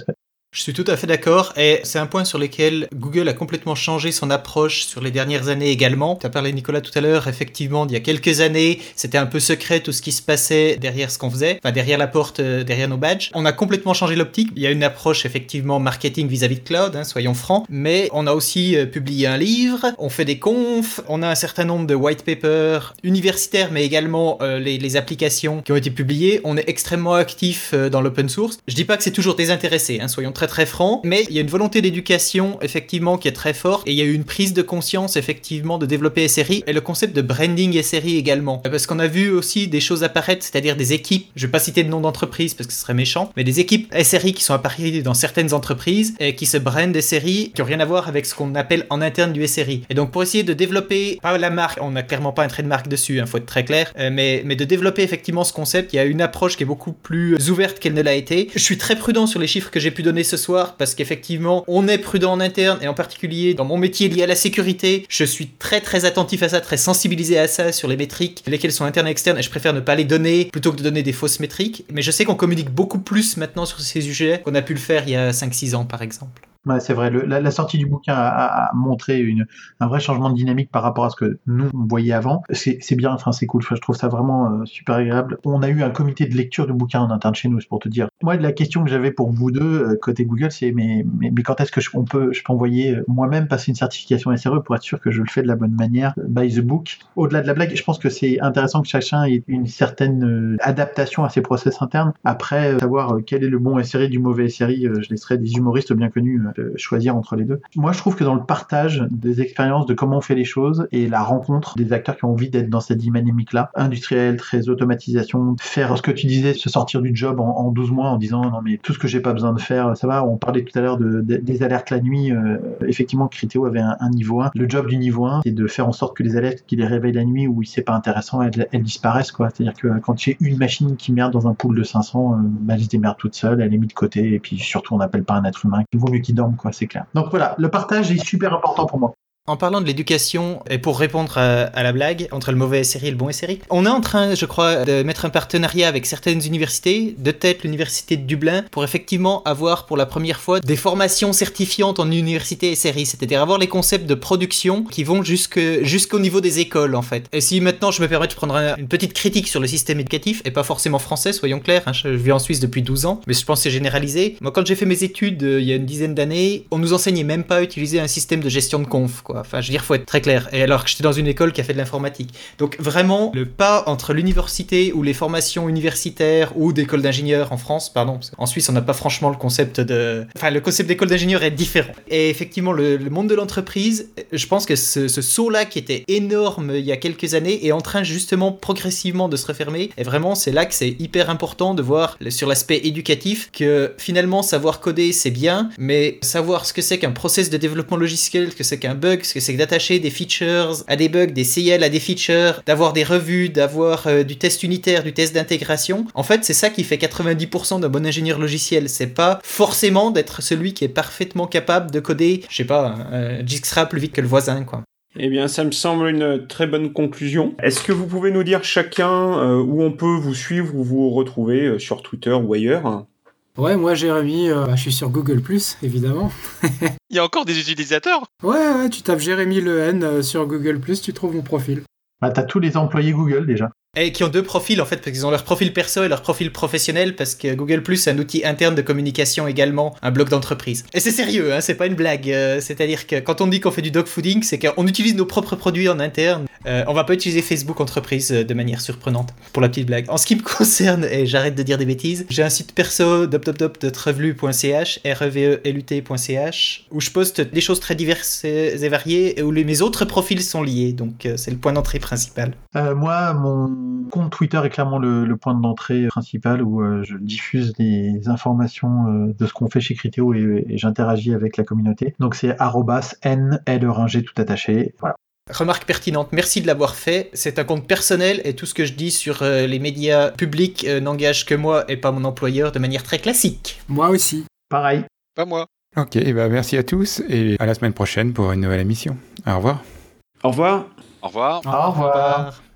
I: Je suis tout à fait d'accord, et c'est un point sur lequel Google a complètement changé son approche sur les dernières années également. Tu as parlé, Nicolas, tout à l'heure, effectivement, d'il y a quelques années, c'était un peu secret tout ce qui se passait derrière ce qu'on faisait, enfin derrière la porte, euh, derrière nos badges. On a complètement changé l'optique. Il y a une approche effectivement marketing vis-à-vis de cloud, hein, soyons francs, mais on a aussi euh, publié un livre, on fait des confs, on a un certain nombre de white papers universitaires, mais également euh, les, les applications qui ont été publiées. On est extrêmement actif euh, dans l'open source. Je dis pas que c'est toujours désintéressé, hein, soyons très très franc, mais il y a une volonté d'éducation effectivement qui est très forte, et il y a eu une prise de conscience effectivement de développer S R I, et le concept de branding S R I également, parce qu'on a vu aussi des choses apparaître, c'est-à-dire des équipes, je vais pas citer de nom d'entreprise parce que ce serait méchant, mais des équipes S R I qui sont apparues dans certaines entreprises et qui se brandent S R I, qui ont rien à voir avec ce qu'on appelle en interne du S R I. Et donc pour essayer de développer, pas la marque, on n'a clairement pas un trait de marque dessus, hein, faut être très clair, euh, mais, mais de développer effectivement ce concept, il y a une approche qui est beaucoup plus ouverte qu'elle ne l'a été. Je suis très prudent sur les chiffres que j'ai pu donner ce soir, parce qu'effectivement, on est prudent en interne, et en particulier dans mon métier lié à la sécurité, je suis très très attentif à ça, très sensibilisé à ça, sur les métriques, lesquelles sont internes et externes, et je préfère ne pas les donner plutôt que de donner des fausses métriques. Mais je sais qu'on communique beaucoup plus maintenant sur ces sujets qu'on a pu le faire il y a cinq six ans par exemple.
F: Ouais, c'est vrai, le, la, la sortie du bouquin a, a, a montré une, un vrai changement de dynamique par rapport à ce que nous on voyait avant. C'est, c'est bien, enfin c'est cool, je trouve ça vraiment euh, super agréable. On a eu un comité de lecture du bouquin en interne chez nous, c'est pour te dire. Moi, la question que j'avais pour vous deux, euh, côté Google, c'est mais, mais, mais quand est-ce que je, on peut, je peux envoyer euh, moi-même passer une certification S R E pour être sûr que je le fais de la bonne manière, euh, by the book. Au-delà de la blague, je pense que c'est intéressant que chacun ait une certaine euh, adaptation à ses process internes. Après, euh, savoir euh, quel est le bon S R I du mauvais S R I, euh, je laisserai des humoristes bien connus euh, choisir entre les deux. Moi, je trouve que dans le partage des expériences de comment on fait les choses et la rencontre des acteurs qui ont envie d'être dans cette dynamique-là, industrielle, très automatisation, faire ce que tu disais, se sortir du job en, en douze mois en disant non mais tout ce que j'ai pas besoin de faire, ça va. On parlait tout à l'heure de, de, des alertes la nuit. Euh, effectivement, Criteo avait un, un niveau un. Le job du niveau un, c'est de faire en sorte que les alertes qui les réveillent la nuit ou c'est pas intéressant, elles, elles disparaissent, quoi. C'est-à-dire que quand j'ai une machine qui merde dans un pool de cinq cents, euh, bah, elle se démerde toute seule, elle est mise de côté et puis surtout on n'appelle pas un être humain. Il vaut mieux qu'il dorme, quoi, c'est clair. Donc voilà, le partage est super important pour moi.
I: En parlant de l'éducation, et pour répondre à, à la blague, entre le mauvais S R I et le bon S R I, on est en train, je crois, de mettre un partenariat avec certaines universités, de tête l'université de Dublin, pour effectivement avoir pour la première fois des formations certifiantes en université S R I, c'est-à-dire avoir les concepts de production qui vont jusque, jusqu'au niveau des écoles, en fait. Et si maintenant je me permets de prendre un, une petite critique sur le système éducatif, et pas forcément français, soyons clairs, hein, je vis en Suisse depuis douze ans, mais je pense que c'est généralisé. Moi, quand j'ai fait mes études, euh, il y a une dizaine d'années, on nous enseignait même pas à utiliser un système de gestion de conf, quoi. Enfin, je veux dire, faut être très clair. Et alors que j'étais dans une école qui a fait de l'informatique. Donc vraiment, le pas entre l'université ou les formations universitaires ou d'école d'ingénieurs en France, pardon, parce qu'en Suisse, on n'a pas franchement le concept de... Enfin, le concept d'école d'ingénieur est différent. Et effectivement, le, le monde de l'entreprise, je pense que ce, ce saut-là qui était énorme il y a quelques années est en train justement progressivement de se refermer. Et vraiment, c'est là que c'est hyper important de voir sur l'aspect éducatif que finalement, savoir coder, c'est bien, mais savoir ce que c'est qu'un process de développement logiciel, ce que c'est qu'un bug, ce que c'est que d'attacher des features à des bugs, des C L à des features, d'avoir des revues, d'avoir euh, du test unitaire, du test d'intégration. En fait, c'est ça qui fait quatre-vingt-dix pour cent d'un bon ingénieur logiciel. C'est pas forcément d'être celui qui est parfaitement capable de coder, je sais pas, un Dijkstra plus vite que le voisin, quoi.
G: Eh bien, ça me semble une très bonne conclusion. Est-ce que vous pouvez nous dire chacun euh, où on peut vous suivre ou vous retrouver euh, sur Twitter ou ailleurs ?
E: Ouais, moi, Jérémy, euh, bah, je suis sur Google plus, évidemment.
C: Il y a encore des utilisateurs ?
E: Ouais, ouais, tu tapes Jérémy Lehen euh, sur Google plus, tu trouves mon profil.
F: Bah, t'as tous les employés Google déjà.
I: Et qui ont deux profils en fait, parce qu'ils ont leur profil perso et leur profil professionnel, parce que Google Plus c'est un outil interne de communication également, un blog d'entreprise. Et c'est sérieux, hein, c'est pas une blague, euh, c'est-à-dire que quand on dit qu'on fait du dogfooding, c'est qu'on utilise nos propres produits en interne. Euh, on va pas utiliser Facebook entreprise euh, de manière surprenante, pour la petite blague. En ce qui me concerne, et j'arrête de dire des bêtises, j'ai un site perso, dop dop dop dot revelu point c h, r e v e l u t point c h, où je poste des choses très diverses et variées, et où les, mes autres profils sont liés, donc euh, c'est le point d'entrée principal.
F: Euh, moi, mon compte Twitter est clairement le, le point d'entrée principal où euh, je diffuse les informations euh, de ce qu'on fait chez Criteo et, et j'interagis avec la communauté. Donc c'est arobase n leringer tout attaché. Voilà.
I: Remarque pertinente, merci de l'avoir fait. C'est un compte personnel et tout ce que je dis sur euh, les médias publics euh, n'engage que moi et pas mon employeur de manière très classique.
E: Moi aussi.
F: Pareil.
C: Pas moi.
B: Ok, et bah merci à tous et à la semaine prochaine pour une nouvelle émission. Au revoir.
G: Au revoir.
C: Au revoir.
F: Au revoir.